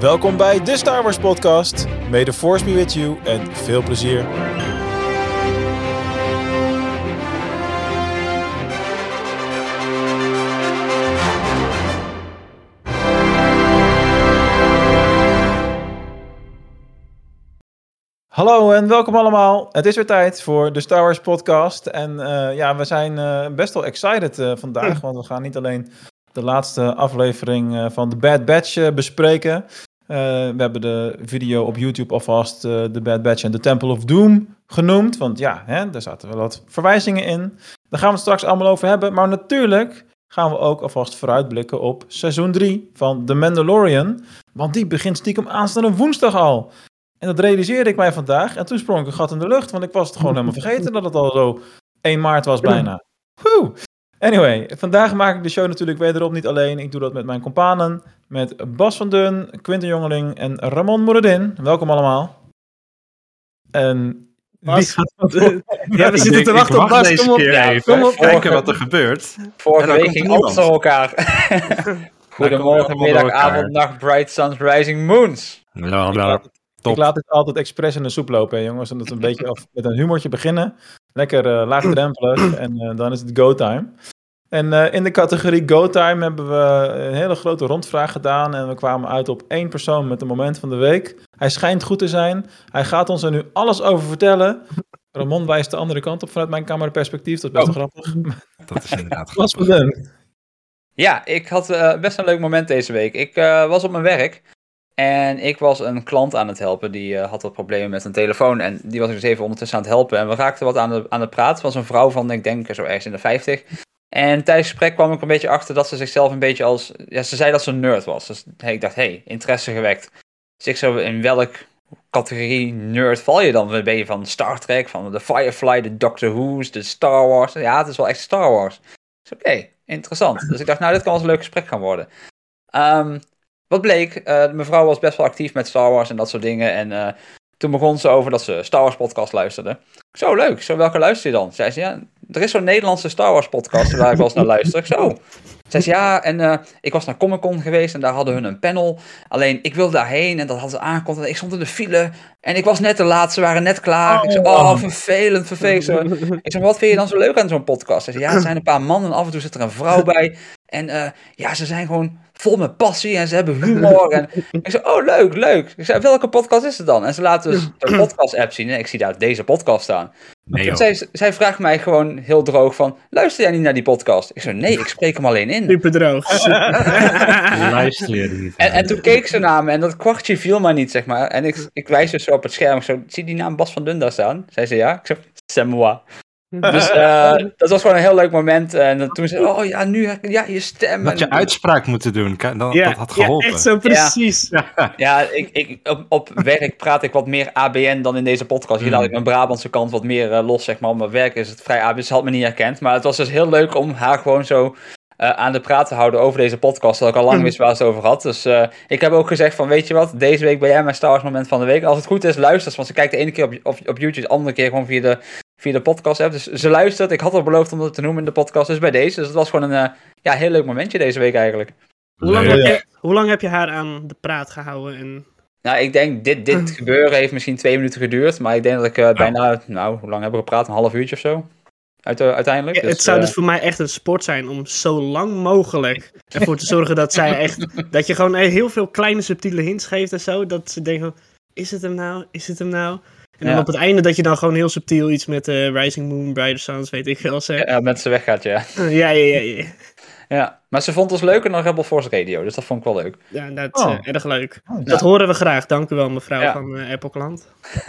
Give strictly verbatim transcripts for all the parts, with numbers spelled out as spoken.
Welkom bij de Star Wars podcast. May the Force be with you en veel plezier. Hallo en welkom allemaal. Het is weer tijd voor de Star Wars podcast. En uh, ja, we zijn uh, best wel excited uh, vandaag, want we gaan niet alleen de laatste aflevering uh, van The Bad Batch uh, bespreken. Uh, we hebben de video op YouTube alvast uh, The Bad Batch en The Temple of Doom genoemd. Want ja, hè, daar zaten wel wat verwijzingen in. Daar gaan we het straks allemaal over hebben. Maar natuurlijk gaan we ook alvast vooruitblikken op seizoen drie van The Mandalorian. Want die begint stiekem aanstaande woensdag al. En dat realiseerde ik mij vandaag. En toen sprong ik een gat in de lucht. Want ik was het gewoon helemaal vergeten dat het al zo één maart was bijna. Woe! Anyway, vandaag maak ik de show natuurlijk wederom niet alleen. Ik doe dat met mijn companen. Met Bas van Dun, Quinten Jongeling en Ramon Mouredin. Welkom allemaal. En Bas, ja, we zitten te wachten op Bas. Deze Kom op. keer Ja, even. kom op. Kijken wat er gebeurt. Vorige week ging alles door elkaar. Goedemorgen, allemaal middag, door elkaar. avond, nacht, bright suns, rising moons. Ja, ja. Top. ik laat het altijd expres in de soep lopen, hè, jongens. En dat een beetje af, met een humortje beginnen. Lekker uh, laagdrempelig. En uh, dan is het go time. En uh, in de categorie go time hebben we een hele grote rondvraag gedaan. En we kwamen uit op één persoon met een moment van de week. Hij schijnt goed te zijn. Hij gaat ons er nu alles over vertellen. Ramon wijst de andere kant op vanuit mijn cameraperspectief. Dat is best wel grappig. Dat is inderdaad Bas grappig. van Dun. Ja, ik had uh, best een leuk moment deze week. Ik uh, was op mijn werk en ik was een klant aan het helpen. Die uh, had wat problemen met een telefoon en die was ik dus even ondertussen aan het helpen. En we raakten wat aan de, aan de praat. Het was een vrouw van, ik denk, zo ergens in de vijftig. En tijdens het gesprek kwam ik een beetje achter dat ze zichzelf een beetje als... Ja, ze zei dat ze een nerd was. Dus hey, ik dacht, hé, hey, interesse gewekt. Dus ik zo, in welk categorie nerd val je dan? Ben je van Star Trek, van de Firefly, de Doctor Who's, de Star Wars? Ja, het is wel echt Star Wars. Dus oké, okay, interessant. Dus ik dacht, nou, dit kan wel eens een leuk gesprek gaan worden. Um, wat bleek, uh, de mevrouw was best wel actief met Star Wars en dat soort dingen. En uh, toen begon ze over dat ze Star Wars podcast luisterde. Zo, leuk. Zo, welke luister je dan? Zei ze, ja, er is zo'n Nederlandse Star Wars podcast waar ik wel eens naar luister. Ik zo. Zei ze, ja, en uh, ik was naar Comic Con geweest en daar hadden hun een panel. Alleen, ik wilde daarheen en dat hadden ze aangekondigd. Ik stond in de file en ik was net te laat. Ze waren net klaar. Oh, ik zei, oh, vervelend, vervelend. Ik zei, wat vind je dan zo leuk aan zo'n podcast? Ze zei, ja, er zijn een paar mannen en af en toe zit er een vrouw bij. En uh, ja, ze zijn gewoon vol met passie en ze hebben humor. En ik zei, oh, leuk, leuk. Ik zei, welke podcast is het dan? En ze laten dus een podcast-app zien en ik zie daar deze podcast staan. Nee, zij, zij vraagt mij gewoon heel droog van, luister jij niet naar die podcast? Ik zei, nee, ik spreek hem alleen in. Super droog. luister je niet. En, en toen keek ze naar me en dat kwartje viel maar niet, zeg maar. En ik, ik wijs dus zo op het scherm. Ik zo, zie die naam Bas van Dun daar staan? Zei ze, ja. Ik zo, c'est moi. Dus uh, dat was gewoon een heel leuk moment. En toen zei ze, oh ja, nu, ja, je stem. Had je uitspraak moeten doen, dan, Ja, dat had geholpen. ja, echt zo precies. Ja. Ja, ik, ik, op, op werk praat ik wat meer A B N dan in deze podcast. Hier Mm. laat ik mijn Brabantse kant wat meer uh, los, zeg maar. Op mijn werk is het vrij A B N, ze had me niet herkend. Maar het was dus heel leuk om haar gewoon zo uh, aan de praat te houden over deze podcast. Dat ik al lang wist waar ze het over had. Dus uh, ik heb ook gezegd van, weet je wat, deze week ben jij mijn Star Wars moment van de week. Als het goed is, luister. Want ze kijkt de ene keer op, op, op YouTube, de andere keer gewoon via de... via de podcast app. Dus ze luistert. Ik had al beloofd om dat te noemen in de podcast. Dus bij deze. Dus het was gewoon een uh, ja, heel leuk momentje deze week eigenlijk. Hoe lang, Leuk. heb je, hoe lang heb je haar aan de praat gehouden? En... Nou, ik denk, dit, dit gebeuren heeft misschien twee minuten geduurd. Maar ik denk dat ik uh, bijna, nou, hoe lang hebben we gepraat? Een half uurtje of zo? Uit, uh, uiteindelijk. Ja, dus, het zou uh, dus voor mij echt een sport zijn om zo lang mogelijk ervoor te zorgen dat zij echt... dat je gewoon heel veel kleine subtiele hints geeft en zo. Dat ze denken, is het hem nou? Is het hem nou? En dan ja. op het einde dat je dan gewoon heel subtiel iets met uh, Rising Moon, Brighter Suns, weet ik veel zegt. ja, met ze weggaat, ja. Uh, ja, ja, ja, ja. Ja, maar ze vond ons leuker dan Rebel Force Radio. Dus dat vond ik wel leuk. Ja, dat is Oh. uh, erg leuk. Oh, Dat ja. horen we graag. Dank u wel, mevrouw Ja. van uh, Apple Klant.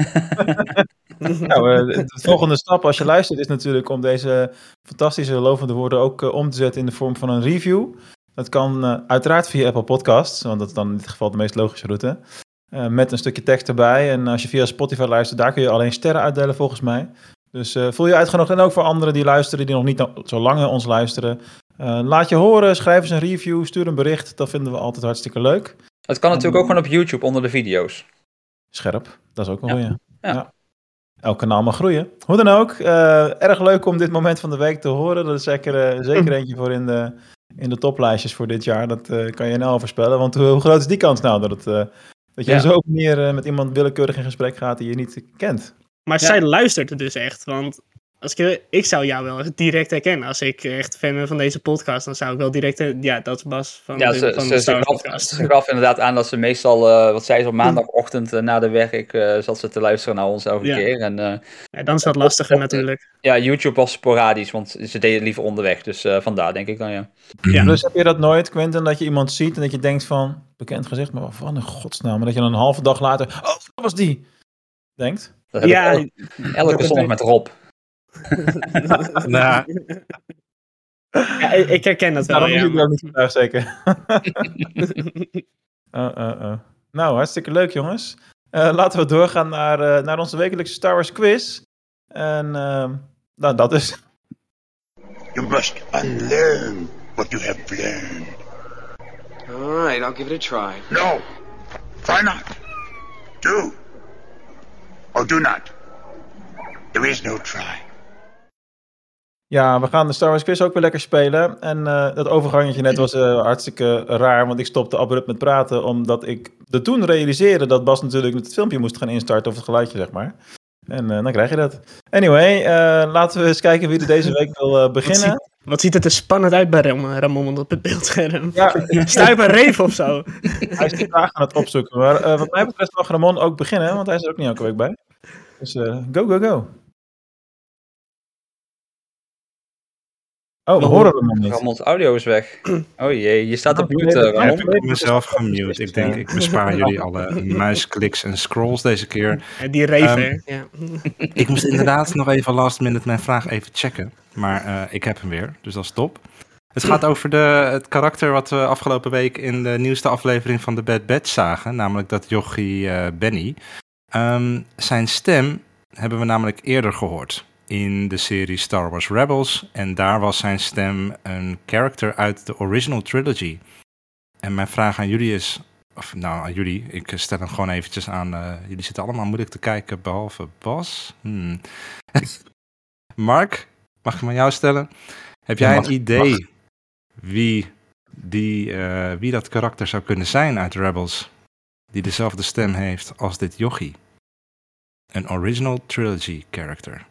Nou, uh, de volgende stap als je luistert is natuurlijk om deze fantastische lovende woorden ook uh, om te zetten in de vorm van een review. Dat kan uh, uiteraard via Apple Podcasts, want dat is dan in dit geval de meest logische route. Uh, met een stukje tekst erbij. En als je via Spotify luistert, daar kun je alleen sterren uitdelen volgens mij. Dus uh, voel je uitgenodigd. En ook voor anderen die luisteren, die nog niet zo lang naar ons luisteren. Uh, laat je horen, schrijf eens een review, stuur een bericht. Dat vinden we altijd hartstikke leuk. Het kan natuurlijk ook gewoon op YouTube onder de video's. Scherp, dat is ook wel Ja. goeie. Ja. Ja. elk kanaal mag groeien. Hoe dan ook, uh, erg leuk om dit moment van de week te horen. Dat is zeker, uh, zeker eentje voor in de, in de toplijstjes voor dit jaar. Dat uh, kan je nou voorspellen. Want hoe, hoe groot is die kans nou dat, het, uh, dat je Ja. op zo'n manier uh, met iemand willekeurig in gesprek gaat die je niet kent? Maar Ja. zij luistert er dus echt, want als ik, ik zou jou wel direct herkennen. Als ik echt fan ben van deze podcast, dan zou ik wel direct... her- Ja, dat is Bas van, Ja, de, ze, van ze, de ze, Star Wars gaf, podcast. ze gaf inderdaad aan dat ze meestal, uh, wat zei ze, op maandagochtend uh, na de werk uh, zat ze te luisteren naar ons elke Ja. keer. En uh, Ja, dan is dat lastiger natuurlijk. ja, YouTube was sporadisch, want ze deden het liever onderweg. Dus uh, vandaar denk ik dan, ja. Ja. Dus heb je dat nooit, Quentin, dat je iemand ziet en dat je denkt van, bekend gezicht, maar wat in godsnaam, maar dat je dan een halve dag later, oh, dat was die, denkt? Dat heb Ja, ik elke, elke dat zondag heb met Rob. Nou, ja, ik, ik herken dat wel. Daarom Ja, is het maar- ook niet vandaag, zeker. Uh, uh, uh. Nou, hartstikke leuk, jongens. Uh, laten we doorgaan naar, uh, naar onze wekelijkse Star Wars quiz. En uh, nou, dat is... You must unlearn what you have learned. All right, I'll give it a try. No, try not. Do. Or do not. There is no try. Ja, we gaan de Star Wars quiz ook weer lekker spelen. En uh, dat overgangetje net was uh, hartstikke raar, want ik stopte abrupt met praten, omdat ik er toen realiseerde dat Bas natuurlijk met het filmpje moest gaan instarten, of het geluidje, zeg maar. En uh, dan krijg je dat. Anyway, uh, laten we eens kijken wie er deze week wil uh, beginnen. Wat ziet, wat ziet het er spannend uit bij Ram, Ramon op het beeldscherm? Ja, Sta je op een reef of zo? hij is de vraag aan het opzoeken. Maar uh, wat mij betreft mag Ramon ook beginnen, want hij is er ook niet elke week bij. Dus uh, go, go, go. Oh, we horen Ramon niet. Ramon's audio is weg. Oh jee, je staat op Oh, mute, nee, uh, Ramon. ik heb mezelf gemute. Ik denk, ik bespaar jullie alle muiskliks en scrolls deze keer. Ja, die reef, Um, hè? Ja. Ik moest inderdaad nog even last minute mijn vraag even checken. Maar uh, ik heb hem weer, dus dat is top. Het gaat over de, het karakter wat we afgelopen week in de nieuwste aflevering van The Bad Batch zagen. Namelijk dat jochie uh, Benny. Um, zijn stem hebben we namelijk eerder gehoord in de serie Star Wars Rebels. En daar was zijn stem een character uit de original trilogy. En mijn vraag aan jullie is... Of nou, aan jullie. Ik stel hem gewoon eventjes aan. Uh, jullie zitten allemaal moeilijk te kijken, behalve Bas. Hmm. Mark, mag ik hem aan jou stellen? Heb jij Ja, een mag. idee wie, die, uh, wie dat karakter zou kunnen zijn uit Rebels? Die dezelfde stem heeft als dit jochie. Een original trilogy character.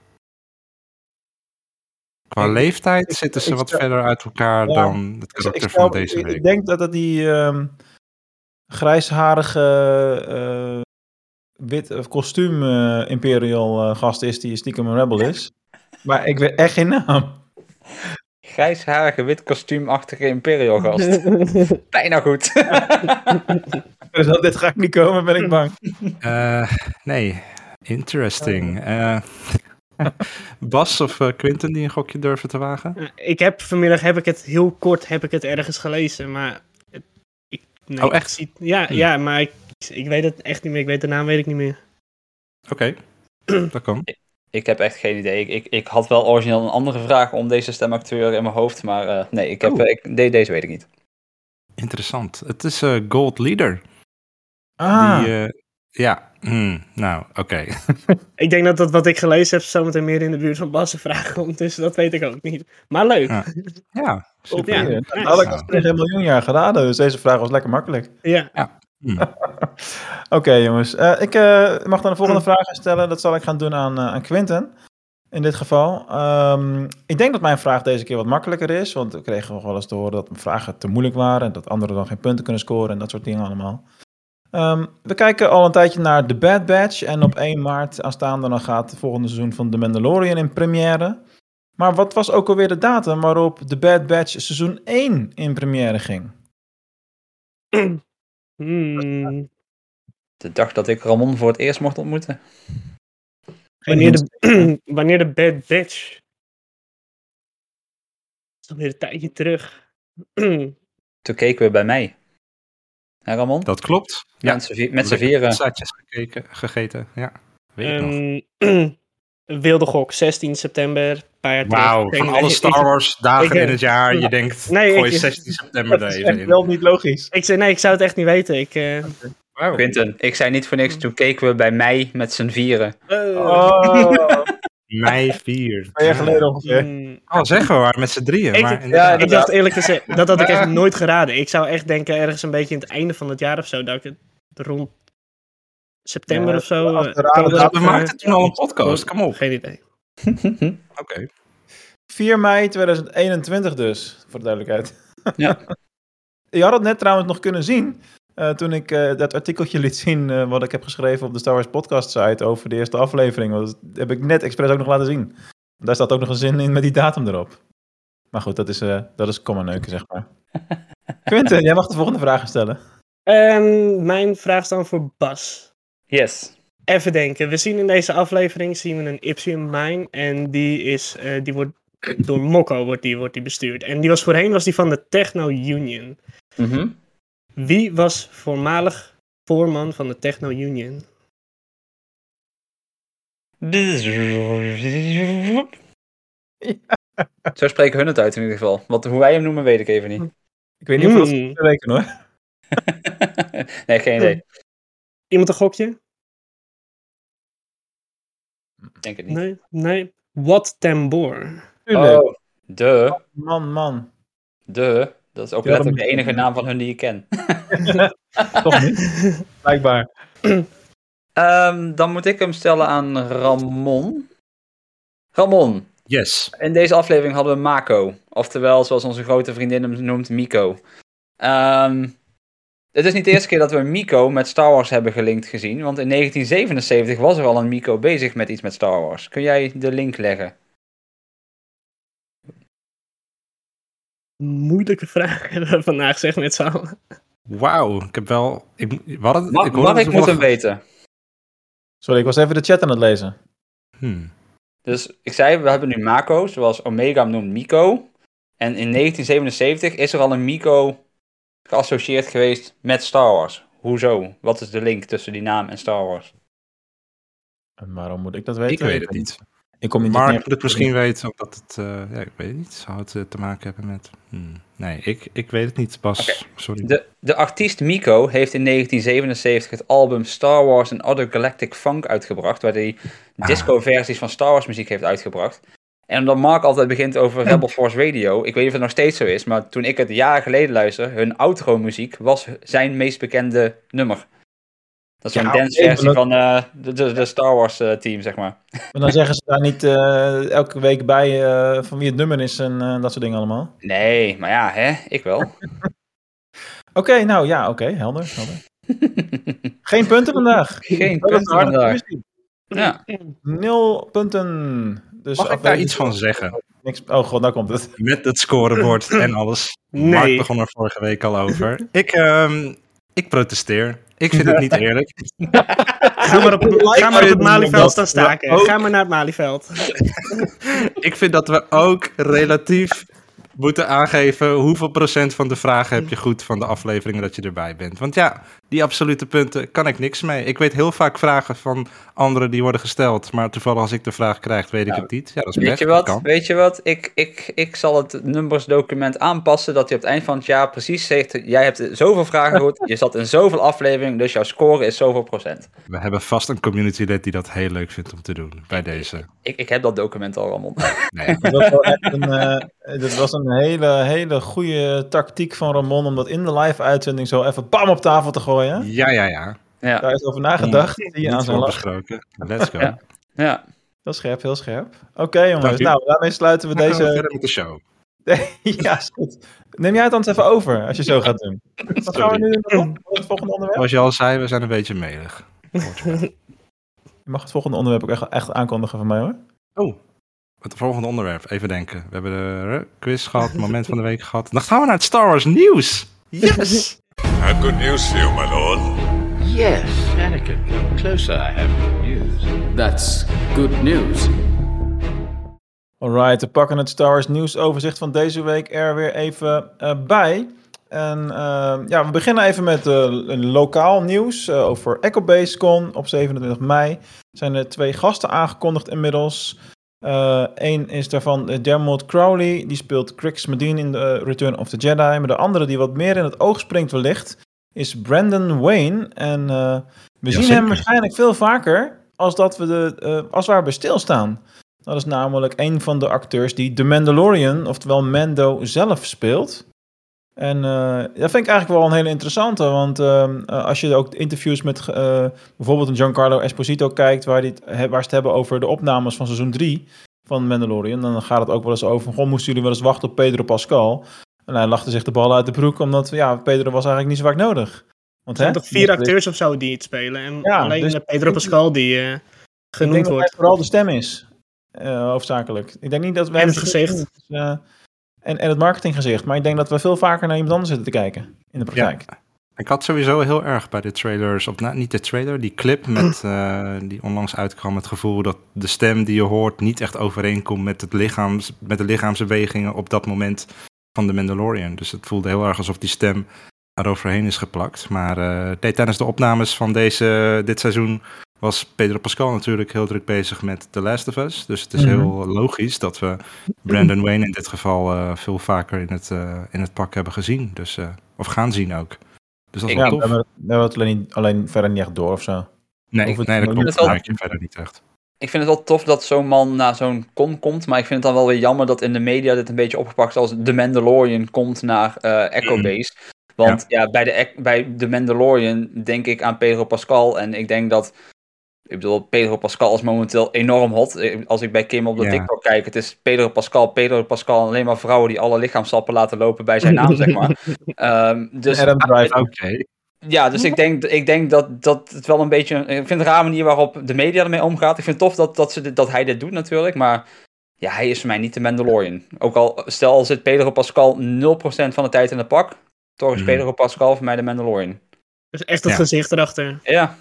Qua Ik- leeftijd ik- zitten ze ik wat stel- verder uit elkaar Ja, dan het Ik, karakter ik, stel- van deze ik- week. ik denk dat het die um, grijsharige uh, wit of kostuum uh, Imperial uh, gast is die stiekem een rebel is. Maar ik weet echt geen naam. Grijsharige, wit kostuumachtige Imperial gast. Bijna goed. Dus dat dit ga ik niet komen, ben ik bang. Uh, nee, interesting. Uh, Bas of uh, Quinten die een gokje durven te wagen? Ik heb vanmiddag heb ik het heel kort heb ik het ergens gelezen, maar het, ik, nee, Oh, echt? ik zie- ja, Hm. ja, maar ik, ik weet het echt niet meer. Ik weet de naam weet ik niet meer. Oké, okay. Dat kan. Ik heb echt geen idee. Ik, ik, ik had wel origineel een andere vraag om deze stemacteur in mijn hoofd, maar uh, nee, ik heb, Oh. uh, ik, de, deze weet ik niet. Interessant. Het is uh, Gold Leader. Ah, Die, uh, ja, hmm, nou, oké. Okay. Ik denk dat dat wat ik gelezen heb zometeen meer in de buurt van Bas' vraag komt, dus dat weet ik ook niet. Maar leuk. Ja. Ja, super. Ja. ja, nice. dat had ik als tegen een miljoen jaar geraden, dus deze vraag was lekker makkelijk. Ja. Hmm. Oké, okay, jongens. Uh, ik uh, mag dan de volgende vraag stellen. Dat zal ik gaan doen aan, uh, aan Quinten. In dit geval. Um, ik denk dat mijn vraag deze keer wat makkelijker is. Want we kregen nog wel eens te horen dat mijn vragen te moeilijk waren. En dat anderen dan geen punten kunnen scoren. En dat soort dingen allemaal. Um, we kijken al een tijdje naar The Bad Batch. En op één maart aanstaande dan gaat het volgende seizoen van The Mandalorian in première. Maar wat was ook alweer de datum waarop The Bad Batch seizoen één in première ging? Hmm. De dag dat ik Ramon voor het eerst mocht ontmoeten. Wanneer, de, wanneer de Bad Batch. Dat is alweer een tijdje terug. Toen keken we bij mij. Hè, Ramon? Dat klopt. Ja, Ja, met z'n vier- met z'n lekker vieren. pizzaatjes gekeken, gegeten. Ja, weet ik nog. Um, wilde gok, zestien september, een paar jaar terug. Wauw, Ik van denk- alle ik- Star Wars dagen ik- in het jaar. Je denkt, Nee, gooi ik- zestien september Dat er is even echt in. wel niet logisch. Ik zei, nee, ik zou het echt niet weten. Ik, uh, Maar Wow. Quinten, ik zei niet voor niks, toen keken we bij mij met z'n vieren. Oh, Mei vier. twee jaar geleden ongeveer. Mm, Oh, zeggen we maar met z'n drieën. Ik- Maar ja, inderdaad. ik dacht eerlijk gezegd, dat had ik echt nooit geraden. Ik zou echt denken, ergens een beetje in het einde van het jaar of zo, dat ik het rond september Ja, of zo... als eh, de raden oktober dat we of, maakten eh, toen al een podcast, kom op. Geen idee. Oké. vier mei tweeduizend eenentwintig dus, voor de duidelijkheid. Ja. Je had het net trouwens nog kunnen zien, uh, toen ik uh, dat artikeltje liet zien uh, wat ik heb geschreven op de Star Wars podcast site over de eerste aflevering. Dat heb ik net expres ook nog laten zien. Daar staat ook nog een zin in met die datum erop. Maar goed, dat is, uh, dat is komanneuken, zeg maar. Quinten, jij mag de volgende vragen stellen. En mijn vraag is dan voor Bas. Yes. Even denken, we zien in deze aflevering zien we een Ipsium Mine en die is, uh, die wordt door Mokko wordt die, wordt die bestuurd. En die was voorheen was die van de Techno Union. Mm-hmm. Wie was voormalig voorman van de Techno Union? Zo spreken hun het uit in ieder geval. Want hoe wij hem noemen weet ik even niet. Ik weet niet of we dat Hmm. moeten rekenen hoor. Nee, geen idee. Iemand een gokje? Denk het niet. Nee, nee. Wat Tambor. Tuurlijk. Oh, de, Man, man. de. Dat is ook Ja, letterlijk dat de moet- enige naam van hun die ik ken. Toch niet? Blijkbaar. Ehm, dan moet ik hem stellen aan Ramon. Ramon. Yes. In deze aflevering hadden we Mako. Oftewel, zoals onze grote vriendin hem noemt, Miko. Ehm, het is niet de eerste keer dat we Miko met Star Wars hebben gelinkt gezien. Want in negentien zevenenzeventig was er al een Miko bezig met iets met Star Wars. Kun jij de link leggen? Moeilijke vraag hebben we vandaag, zeg met z'n allen. Wauw, ik heb wel... Ik, we hadden, Mag ik ik, hoorde mag ik moet toevallig- hem weten? Sorry, ik was even de chat aan het lezen. Hmm. Dus ik zei, we hebben nu Mako, zoals Omega hem noemt Miko. En in negentien zevenenzeventig is er al een Miko geassocieerd geweest met Star Wars. Hoezo? Wat is de link tussen die naam en Star Wars? En waarom moet ik dat weten? Ik weet het niet. Ik kom niet Mark meer. moet het misschien weten, omdat het... eh, ja, ik weet het niet. Zou het eh, te maken hebben met... Hmm. Nee, ik, ik weet het niet, Bas. Oké. Sorry. De, de artiest Miko heeft in negentien zevenenzeventig het album Star Wars and Other Galactic Funk uitgebracht, waar hij Ah. disco-versies van Star Wars muziek heeft uitgebracht. En omdat Mark altijd begint over Rebel Force Radio, ik weet niet of het nog steeds zo is, maar toen ik het jaren geleden luisterde, hun outro-muziek was zijn meest bekende nummer. Dat is zo'n Ja, dance-versie oké, van uh, de, de, de Star Wars-team, zeg maar. Maar dan zeggen ze daar niet uh, elke week bij uh, van wie het nummer is en uh, dat soort dingen allemaal. Nee, maar ja, hè, ik wel. Oké, okay, nou ja, oké, okay, helder, helder. Geen punten vandaag. Geen Dat is punten harde vandaag. discussie. Ja. Nul punten. Dus Mag ik daar iets van zeggen? Niks... Oh god, nou komt het. Met het scorebord en alles. Nee. Mark begon er vorige week al over. Ik, um, ik protesteer. Ik vind het niet eerlijk. Ga maar op, ga maar op het Malieveld staan staken. Ook- Ga maar naar het Malieveld. Ik vind dat we ook relatief moeten aangeven hoeveel procent van de vragen heb je goed van de afleveringen dat je erbij bent. Want ja, die absolute punten kan ik niks mee. Ik weet heel vaak vragen van anderen die worden gesteld, maar toevallig als ik de vraag krijg, weet ik Nou, het niet. Ja, dat is Weet best, je dat wat? kan. Weet je wat? Ik, ik, ik zal het nummersdocument aanpassen dat hij op het eind van het jaar precies zegt, jij hebt zoveel vragen gehoord, je zat in zoveel afleveringen, dus jouw score is zoveel procent. We hebben vast een community-lid die dat heel leuk vindt om te doen bij deze. Ik, ik heb dat document al, Ramon. Nee. Dat was, wel echt een, uh, dit was een hele, hele goede tactiek van Ramon om dat in de live-uitzending zo even bam op tafel te gooien. Ja, ja, ja. Ja, Daar is over nagedacht. Zie je aan Niet zo'n lach. besproken. Let's go. Ja. ja. Heel scherp, heel scherp. Oké okay, jongens, Dank u. nou daarmee sluiten we Dan gaan we deze... verder met de show. Ja, is goed. Neem jij het dan eens even over, als je zo gaat doen. Wat gaan we nu doen? Het volgende onderwerp? Zoals je al zei, we zijn een beetje melig. Je mag het volgende onderwerp ook echt, echt aankondigen van mij hoor. Oh, het volgende onderwerp. Even denken. We hebben de uh, quiz gehad, moment van de week gehad. Dan gaan we naar het Star Wars nieuws. Yes! I have good news for you, my lord. Yes, Anakin, come closer. I have good news. That's good news. Alright, we pakken het Star Wars nieuwsoverzicht van deze week er weer even uh, bij. En uh, ja, we beginnen even met uh, een lokaal nieuws uh, over Echo Base Con op zevenentwintig mei. Er zijn er twee gasten aangekondigd inmiddels. Eén uh, is daarvan uh, Dermot Crowley, die speelt Crix Medine in The Return of the Jedi. Maar de andere die wat meer in het oog springt wellicht, is Brandon Wayne. En uh, we Ja, zien zeker. hem waarschijnlijk veel vaker als dat we de, uh, als waar bij stilstaan. Dat is namelijk een van de acteurs die The Mandalorian, oftewel Mando zelf speelt. En uh, dat vind ik eigenlijk wel een hele interessante, want uh, als je ook interviews met uh, bijvoorbeeld een Giancarlo Esposito kijkt, waar, die het, waar ze het hebben over de opnames van seizoen drie van Mandalorian, dan gaat het ook wel eens over van, goh, moesten jullie wel eens wachten op Pedro Pascal? En hij lachte zich de bal uit de broek, omdat ja, Pedro was eigenlijk niet zo vaak nodig. Want, Er zijn hè, toch vier acteurs of zo die het spelen. En Ja, alleen dus- Pedro Pascal die uh, ik genoemd denk dat hij wordt. vooral de stem is, uh, hoofdzakelijk. Ik denk niet dat we En hem het gezicht. Dus, uh, en, en het marketinggezicht, maar ik denk dat we veel vaker naar iemand anders zitten te kijken in de praktijk. Ja. Ik had sowieso heel erg bij de trailers, of nou, niet de trailer, die clip met, uh, die onlangs uitkwam, het gevoel dat de stem die je hoort niet echt overeenkomt met, het lichaams, met de lichaamsbewegingen op dat moment van de Mandalorian. Dus het voelde heel erg alsof die stem eroverheen is geplakt. Maar uh, nee, tijdens de opnames van deze, dit seizoen was Pedro Pascal natuurlijk heel druk bezig met The Last of Us. Dus het is Mhm. heel logisch dat we Brandon Wayne in dit geval uh, veel vaker in het, uh, in het pak hebben gezien. Dus, uh, of gaan zien ook. Dus dat is Ja, wel we tof. hebben, we hebben het alleen, niet, alleen verder niet echt door of zo. Nee, Of het- nee, dat ik klopt. vind het wel- Dat merk je verder niet echt. Ik vind het wel tof dat zo'n man naar zo'n con komt, maar ik vind het dan wel weer jammer dat in de media dit een beetje opgepakt is als The Mandalorian komt naar uh, Echo Mhm. Base. Want ja, bij, de, Ec- bij The Mandalorian denk ik aan Pedro Pascal en ik denk dat, ik bedoel, Pedro Pascal is momenteel enorm hot. Ik- Als ik bij Kim op de Ja. TikTok kijk, het is Pedro Pascal, Pedro Pascal, alleen maar vrouwen die alle lichaamsappen laten lopen bij zijn naam, zeg maar. Um, dus Adam Driver. Oké. ja, dus ik denk, ik denk dat, dat het wel een beetje... Ik vind het een rare manier waarop de media ermee omgaat. Ik vind het tof dat, dat, ze dit, dat hij dit doet natuurlijk, maar ja, hij is voor mij niet de Mandalorian. Ook al, stel al zit Pedro Pascal nul procent van de tijd in het pak, toch is Mhm. Pedro Pascal voor mij de Mandalorian. Dus echt het Ja. gezicht erachter. Ja,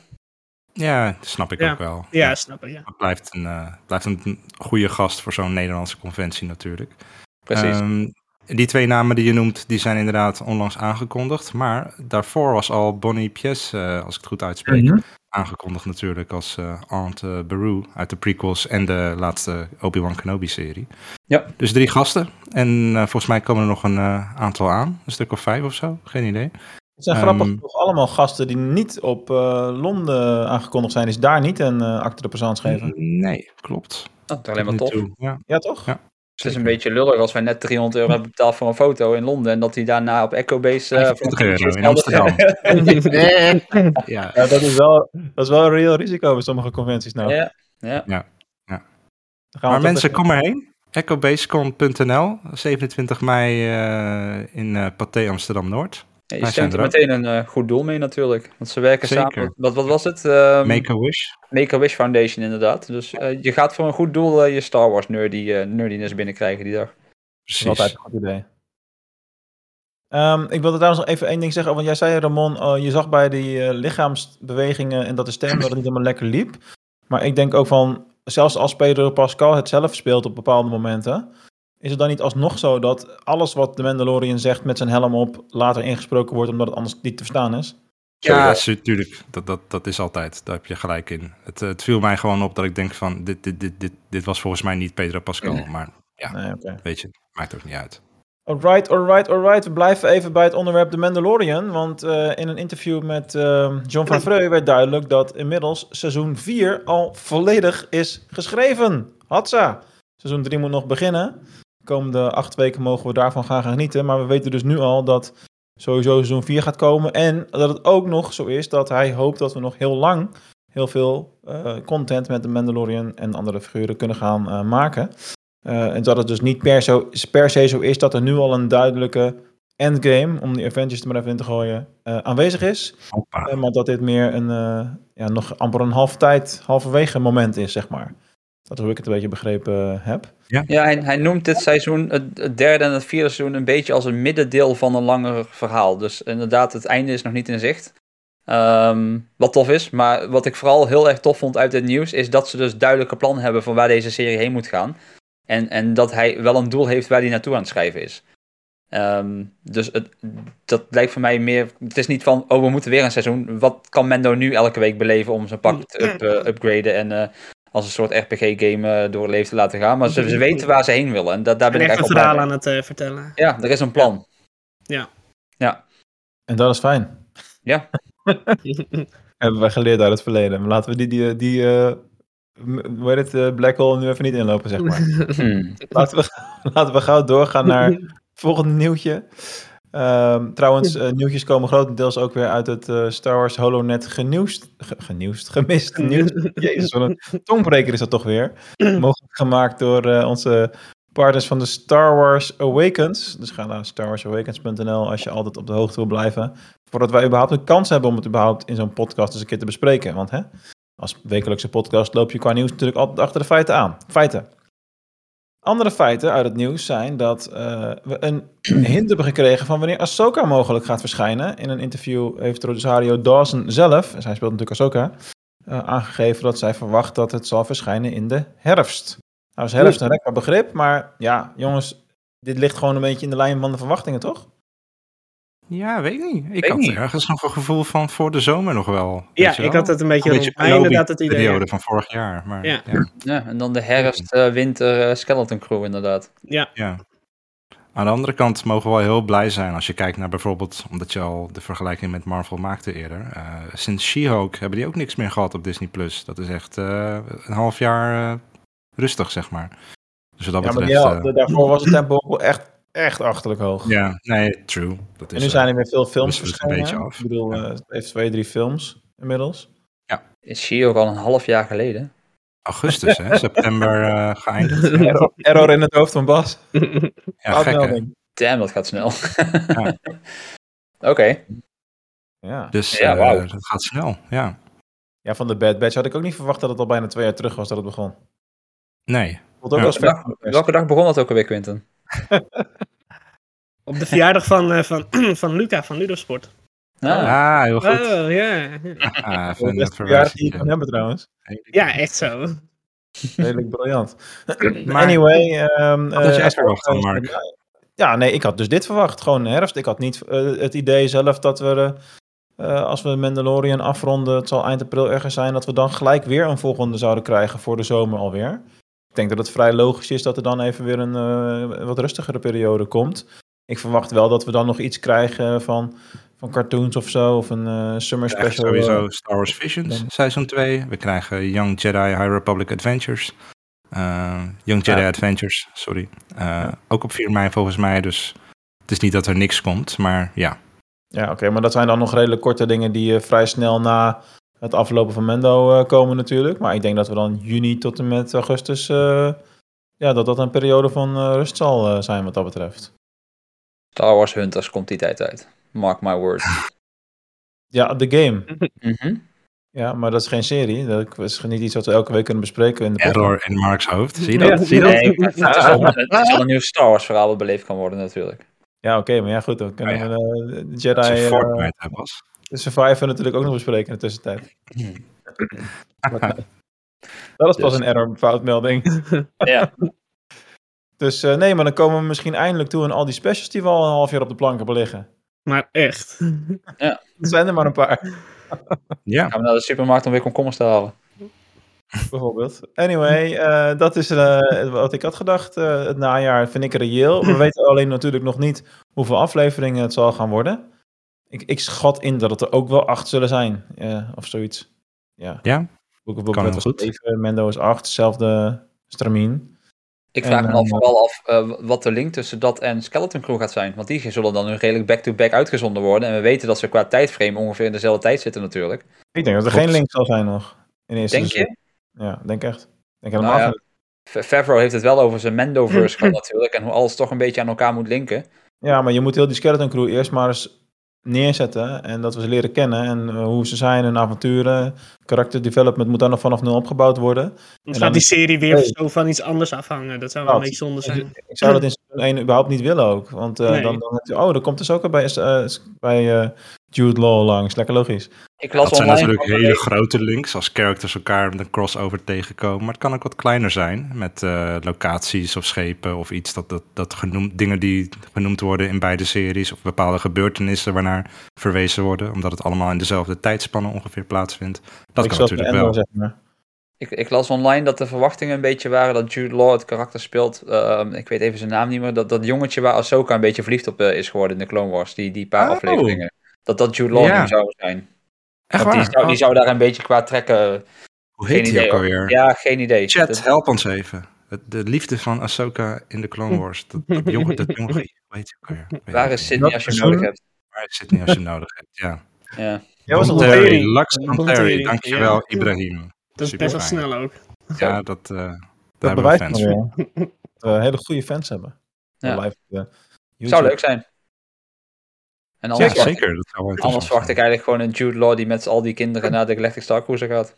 Ja, dat snap ik Ja. ook wel. Ja, snap ik. Ja. Het blijft een, uh, blijft een goede gast voor zo'n Nederlandse conventie natuurlijk. precies. Um, die twee namen die je noemt, die zijn inderdaad onlangs aangekondigd. Maar daarvoor was al Bonnie Piesse, uh, als ik het goed uitspreek, Mhm. aangekondigd natuurlijk als uh, Aunt uh, Beru uit de prequels en de laatste Obi-Wan Kenobi-serie. Ja. Dus drie gasten. En uh, volgens mij komen er nog een uh, aantal aan. Een stuk of vijf of zo, geen idee. Het zijn Um, grappig genoeg allemaal gasten die niet op uh, Londen aangekondigd zijn. Is daar niet een uh, acte de persoons geven? Nee, klopt. Dat is alleen maar Tot tof. nu toe, Ja. Ja, toch? Ja. Het is een beetje lullig als wij net driehonderd euro hebben betaald voor een foto in Londen en dat hij daarna op Echo Base... Uh, vijfentwintig euro in Amsterdam. Ja. Ja, dat is wel, dat is wel een reëel risico bij sommige conventies nou. Ja, ja. Dan gaan we Maar toch mensen, even- kom erheen. echobasecon punt n l, zevenentwintig mei uh, in uh, Pathé Amsterdam-Noord. Ja, je Wij stemt er zijn er meteen een uh, goed doel mee natuurlijk. Want ze werken Zeker. samen. Wat, wat was het? Um, Make-A-Wish. Make-A-Wish Foundation inderdaad. Dus uh, je gaat voor een goed doel uh, je Star Wars nerdy, uh, nerdiness binnenkrijgen die dag. Dat Precies. is altijd een goed idee. Um, ik wilde trouwens nog even één ding zeggen. Want jij zei, Ramon, uh, je zag bij die uh, lichaamsbewegingen en dat de stem dat het niet helemaal lekker liep. Maar ik denk ook van, zelfs als Pedro Pascal het zelf speelt op bepaalde momenten, is het dan niet alsnog zo dat alles wat de Mandalorian zegt met zijn helm op later ingesproken wordt omdat het anders niet te verstaan is? Ja, natuurlijk. Dat, dat, dat is altijd. Daar heb je gelijk in. Het, het viel mij gewoon op dat ik denk van, dit, dit, dit, dit, dit was volgens mij niet Pedro Pascal. Nee. Maar ja, Nee, oké. weet je, maakt ook niet uit. Alright, alright, alright. We blijven even bij het onderwerp The Mandalorian. Want uh, in een interview met uh, Jon Favreau werd duidelijk dat inmiddels seizoen vier al volledig is geschreven. Hatsa! Seizoen drie moet nog beginnen. De komende acht weken mogen we daarvan gaan genieten. Maar we weten dus nu al dat sowieso seizoen vier gaat komen. En dat het ook nog zo is dat hij hoopt dat we nog heel lang heel veel uh, content met The Mandalorian en andere figuren kunnen gaan uh, maken. Uh, en dat het dus niet per, zo, per se zo is dat er nu al een duidelijke endgame, om die Avengers er maar even in te gooien, uh, aanwezig is. Uh, maar dat dit meer een, uh, ja, nog amper een half tijd, halverwege moment is, zeg maar. Dat is hoe ik het een beetje begrepen heb. Ja, ja hij, hij noemt dit seizoen, het, het derde en het vierde seizoen, een beetje als een middendeel van een langer verhaal. Dus inderdaad, het einde is nog niet in zicht. Um, wat tof is, maar wat ik vooral heel erg tof vond uit dit nieuws, is dat ze dus duidelijke plannen hebben van waar deze serie heen moet gaan. En, en dat hij wel een doel heeft waar hij naartoe aan het schrijven is. Um, dus het, dat lijkt voor mij meer... Het is niet van, oh, we moeten weer een seizoen. Wat kan Mendo nu elke week beleven om zijn pak te up, uh, upgraden en uh, als een soort R P G-game uh, door het leven te laten gaan. Maar ze, ze weten waar ze heen willen. En da, daar ben en ik echt eigenlijk een op verhaal aan het uh, vertellen. Ja, er is een plan. Ja. Ja. En dat is fijn. Ja. Hebben wij geleerd uit het verleden. Maar laten we die, die, die uh, hoe heet het, uh, black hole nu even niet inlopen, zeg maar. Hmm. laten, we, laten we gauw doorgaan naar het volgende nieuwtje. Um, trouwens, uh, nieuwtjes komen grotendeels ook weer uit het uh, Star Wars HoloNet genieuwst, ge, genieuwst, gemist nieuws. Jezus, wat een tongbreker is dat toch weer. Mogelijk gemaakt door uh, onze partners van de Star Wars Awakens. Dus ga naar star wars awakens punt n l als je altijd op de hoogte wil blijven. Voordat wij überhaupt een kans hebben om het überhaupt in zo'n podcast eens een keer te bespreken. Want hè, als wekelijkse podcast loop je qua nieuws natuurlijk altijd achter de feiten aan. Feiten. Andere feiten uit het nieuws zijn dat uh, we een hint hebben gekregen van wanneer Ahsoka mogelijk gaat verschijnen. In een interview heeft Rosario Dawson zelf, zij speelt natuurlijk Ahsoka, uh, aangegeven dat zij verwacht dat het zal verschijnen in de herfst. Nou is herfst een lekker begrip, maar ja, jongens, dit ligt gewoon een beetje in de lijn van de verwachtingen, toch? Ja, weet ik niet. Ik Weet had niet. ergens nog een gevoel van voor de zomer nog wel. Ja, weet je ik wel? had het een beetje Een rond beetje mij inderdaad het idee. periode van vorig jaar. Maar, Ja. ja. Ja, en dan de herfst, uh, winter, uh, Skeleton Crew inderdaad. Ja. Ja. Aan de andere kant mogen we wel heel blij zijn als je kijkt naar bijvoorbeeld, omdat je al de vergelijking met Marvel maakte eerder. Uh, sinds She-Hulk hebben die ook niks meer gehad op Disney plus. Dat is echt uh, een half jaar uh, rustig, zeg maar. Dus wat dat Ja, maar betreft, ja, uh, daarvoor was het tempo wel echt, echt achterlijk hoog. ja, nee, true. Dat is, En nu zijn er weer veel uh, films wisselen het een verschenen. beetje af. Ik bedoel, Ja. uh, het heeft twee, drie films inmiddels. Is She ook al een half jaar geleden? Augustus, hè? September uh, geëindigd. Error, error in het hoofd van Bas. Ja, gek hè? Foutmelding. Damn, dat gaat snel. Ja. Oké. Okay. Ja. Dus Ja, uh, wauw. dat gaat snel, ja. ja, van de Bad Batch had ik ook niet verwacht dat het al bijna twee jaar terug was dat het begon. Nee. Voelt ook Ja. wel ver Welke, van de pers. welke dag begon dat ook alweer, Quinten? Op de verjaardag van, uh, van, van Luca van Ludosport. Ah, Ah, heel goed. Oh, ja. Ah, Dat even is een best verjaardag die je verwijzing. kan hebben trouwens. Ja, echt zo. Redelijk briljant. Maar anyway. Um, wat had jij uh, verwacht dan, Mark? Ja, nee, ik had dus dit verwacht. Gewoon herfst. Ik had niet uh, het idee zelf dat we, uh, als we Mandalorian afronden, het zal eind april ergens zijn, dat we dan gelijk weer een volgende zouden krijgen voor de zomer alweer. Ik denk dat het vrij logisch is dat er dan even weer een uh, wat rustigere periode komt. Ik verwacht wel dat we dan nog iets krijgen van, van cartoons of zo, of een uh, summer We krijgen special. sowieso uh, Star Wars Visions, dan- seizoen twee. We krijgen Young Jedi High Republic Adventures. Uh, Young Jedi Ja. Adventures, sorry. Uh, ook op vier mei volgens mij, dus het is niet dat er niks komt, maar ja. Ja, oké, okay, maar dat zijn dan nog redelijk korte dingen die uh, vrij snel na het aflopen van Mendo uh, komen natuurlijk. Maar ik denk dat we dan juni tot en met augustus, uh, ja, dat dat een periode van uh, rust zal uh, zijn wat dat betreft. Star Wars Hunters komt die tijd uit. Mark my words. Ja, de game. Mm-hmm. Ja, maar dat is geen serie. Dat is niet iets wat we elke week kunnen bespreken in de podcast. Error in Mark's hoofd, zie je dat? Ja. Zie je dat? Nee, het is wel, het is wel een nieuw Star Wars verhaal wat beleefd kan worden natuurlijk. Ja, oké, okay, maar ja, goed, dan kunnen Oh, ja. we uh, de Dat Jedi, is een uh, Fortnite, hè, Bas. de Survivor natuurlijk ook nog bespreken in de tussentijd. Dat is pas Dus. een error foutmelding. Ja. Dus uh, nee, maar dan komen we misschien eindelijk toe aan al die specials die we al een half jaar op de plank hebben liggen. Maar echt. Er zijn er maar een paar, Ja. Gaan we naar de supermarkt om weer komkommers te halen. bijvoorbeeld. Anyway, uh, dat is uh, wat ik had gedacht. Uh, het najaar vind ik reëel. We weten alleen natuurlijk nog niet hoeveel afleveringen het zal gaan worden. Ik, ik schat in dat het er ook wel acht zullen zijn. Uh, of zoiets. Ja. Ja? Boek Book Kan was heel goed. zeven, Mendo is acht. Hetzelfde Stramien. Ik vraag En, me dan uh, vooral af uh, wat de link tussen dat en Skeleton Crew gaat zijn. Want die zullen dan nu redelijk back-to-back uitgezonden worden. En we weten dat ze qua tijdframe ongeveer in dezelfde tijd zitten natuurlijk. Ik denk dat er Klopt. geen link zal zijn nog. In eerste Denk seizoen. je? Ja, denk echt. Denk helemaal Nou ja, niet. F- Favreau heeft het wel over zijn Mandoverse gehad natuurlijk. En hoe alles toch een beetje aan elkaar moet linken. Ja, maar je moet heel die Skeleton Crew eerst maar eens neerzetten. En dat we ze leren kennen. En uh, hoe ze zijn, hun avonturen. Character development moet dan nog vanaf nul opgebouwd worden. Dan En gaat dan- die serie weer Hey. zo van iets anders afhangen. Dat zou wel een Dat. beetje zonde zijn. Ik zou dat in seizoen één überhaupt niet willen ook. Want uh, Nee. dan, dan heb je, oh, dan komt dus ook bij, uh, bij uh, Jude Law langs. Lekker logisch. Ik las Dat zijn online natuurlijk van de hele week- grote links als characters elkaar met een crossover tegenkomen. Maar het kan ook wat kleiner zijn met uh, locaties of schepen of iets. Dat, dat, dat genoemd, dingen die genoemd worden in beide series of bepaalde gebeurtenissen waarnaar verwezen worden. Omdat het allemaal in dezelfde tijdspanne ongeveer plaatsvindt. Dat ik kan zat natuurlijk bij wel. Endor, zeg maar. Ik, ik las online dat de verwachtingen een beetje waren dat Jude Law het karakter speelt. Uh, ik weet even zijn naam niet meer. Dat dat jongetje waar Ahsoka een beetje verliefd op uh, is geworden in de Clone Wars. Die, die paar Oh. afleveringen. Dat dat Jude Law Ja. nu zou zijn. Echt Want waar? die zou, die Oh, zou daar een beetje qua trekken... hoe Geen heet die idee, ook hoor. alweer? Ja, geen idee. Chat, Dat- help ons even. Het- De liefde van Ahsoka in de Clone Wars. Dat, dat jongen, dat jongen, hoe heet die ook alweer? Ik weet Waar het is niet. Sydney als je hem Welke nodig hebt? Waar is Sydney als je hem nodig hebt? Ja. Ja. Jij was Bon al Terry, Terry. Lux Bon van Terry. Terry, Dankjewel, ja. Ibrahim. Dat is Super best wel fijn. snel ook. Ja, dat, uh, daar Dat hebben we bewijst fans maar voor. weer dat we hele goede fans hebben. Ja. Live, uh, YouTube. Zou leuk zijn. En Ja, anders, wacht, zeker. Dat zou wel anders interessant verwacht ik zijn. eigenlijk gewoon een Jude Law die met al die kinderen naar de Galactic Star Cruiser gaat.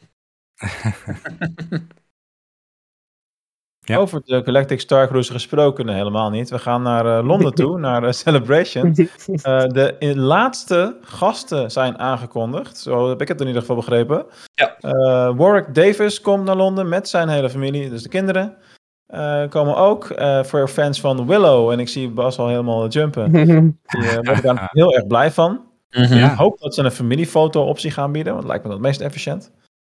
Ja. Over de Galactic Star Cruiser gesproken, nee, helemaal niet. We gaan naar uh, Londen toe, naar uh, Celebration. Uh, de in, laatste gasten zijn aangekondigd. Zo heb ik het in ieder geval begrepen. Ja. Uh, Warwick Davis komt naar Londen met zijn hele familie, dus de kinderen. Uh, komen ook uh, voor fans van Willow. En ik zie Bas al helemaal jumpen. Die uh, worden daar heel erg blij van. Mm-hmm. Ja. Ik hoop dat ze een familiefoto-optie gaan bieden, want het lijkt me dat het meest efficiënt.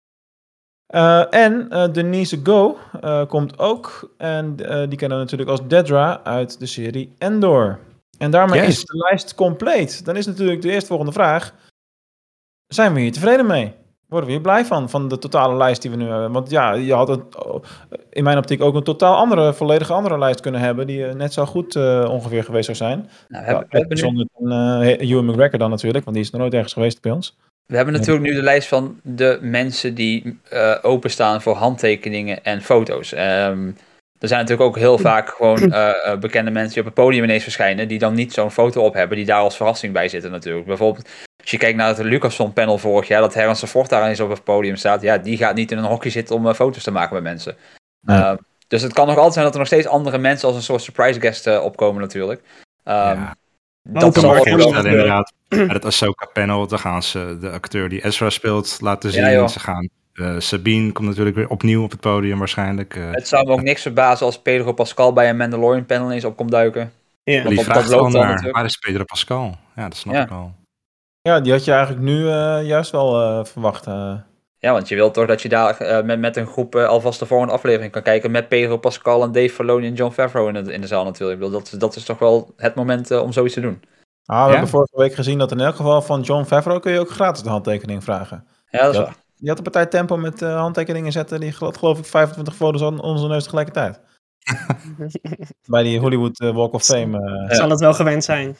Uh, en uh, Denise Go uh, komt ook. En uh, die kennen we natuurlijk als Dedra uit de serie Endor. En daarmee Yes. is de lijst compleet. Dan is natuurlijk de eerstvolgende vraag. Zijn we hier tevreden mee? Worden we hier blij van, van de totale lijst die we nu hebben? Want ja, je had een, in mijn optiek ook een totaal andere, volledig andere lijst kunnen hebben, die uh, net zo goed uh, ongeveer geweest zou zijn. Nou, we hebben, Ja, we hebben nu, zonder uh, Ewan McGregor dan natuurlijk, want die is nog nooit ergens geweest bij ons. we hebben natuurlijk nu de lijst van de mensen die uh, openstaan voor handtekeningen en foto's. Um, er zijn natuurlijk ook heel vaak gewoon uh, uh, bekende mensen die op het podium ineens verschijnen, die dan niet zo'n foto op hebben, die daar als verrassing bij zitten natuurlijk. Bijvoorbeeld, als je kijkt naar het Lucasfilm panel vorig jaar, dat Harrison Ford daar eens op het podium staat, ja, die gaat niet in een hokje zitten om uh, foto's te maken met mensen. Nee. Uh, dus het kan nog altijd zijn dat er nog steeds andere mensen als een soort surprise guest uh, opkomen natuurlijk. Um, Ja. Dat Ook Ik zal kan me een ook markt wel... voorstellen inderdaad, met het Ahsoka panel, dan gaan ze de acteur die Ezra speelt laten zien. Ja, joh. Ze gaan, uh, Sabine komt natuurlijk weer opnieuw op het podium waarschijnlijk. Uh, Het zou me ook niks verbazen als Pedro Pascal bij een Mandalorian panel eens op komt duiken. Ja. die dat- vraagt dat loopt al dan naar, natuurlijk. waar is Pedro Pascal? Ja, dat snap Ja. ik al. Ja, die had je eigenlijk nu uh, juist wel uh, verwacht. Uh. Ja, want je wilt toch dat je daar uh, met, met een groep uh, alvast de volgende aflevering kan kijken met Pedro Pascal en Dave Filoni en Jon Favreau in de, in de zaal natuurlijk. Ik bedoel, dat, dat is toch wel het moment uh, om zoiets te doen. Ah, we Ja? hebben vorige week gezien dat in elk geval van Jon Favreau kun je ook gratis de handtekening vragen. Ja, dat is Ja. waar. Die had een partij tempo met uh, handtekeningen zetten. Die geloof, geloof ik vijfentwintig foto's aan onze neus tegelijkertijd. Bij die Hollywood uh, Walk of Fame. Uh. Zal het wel gewend zijn.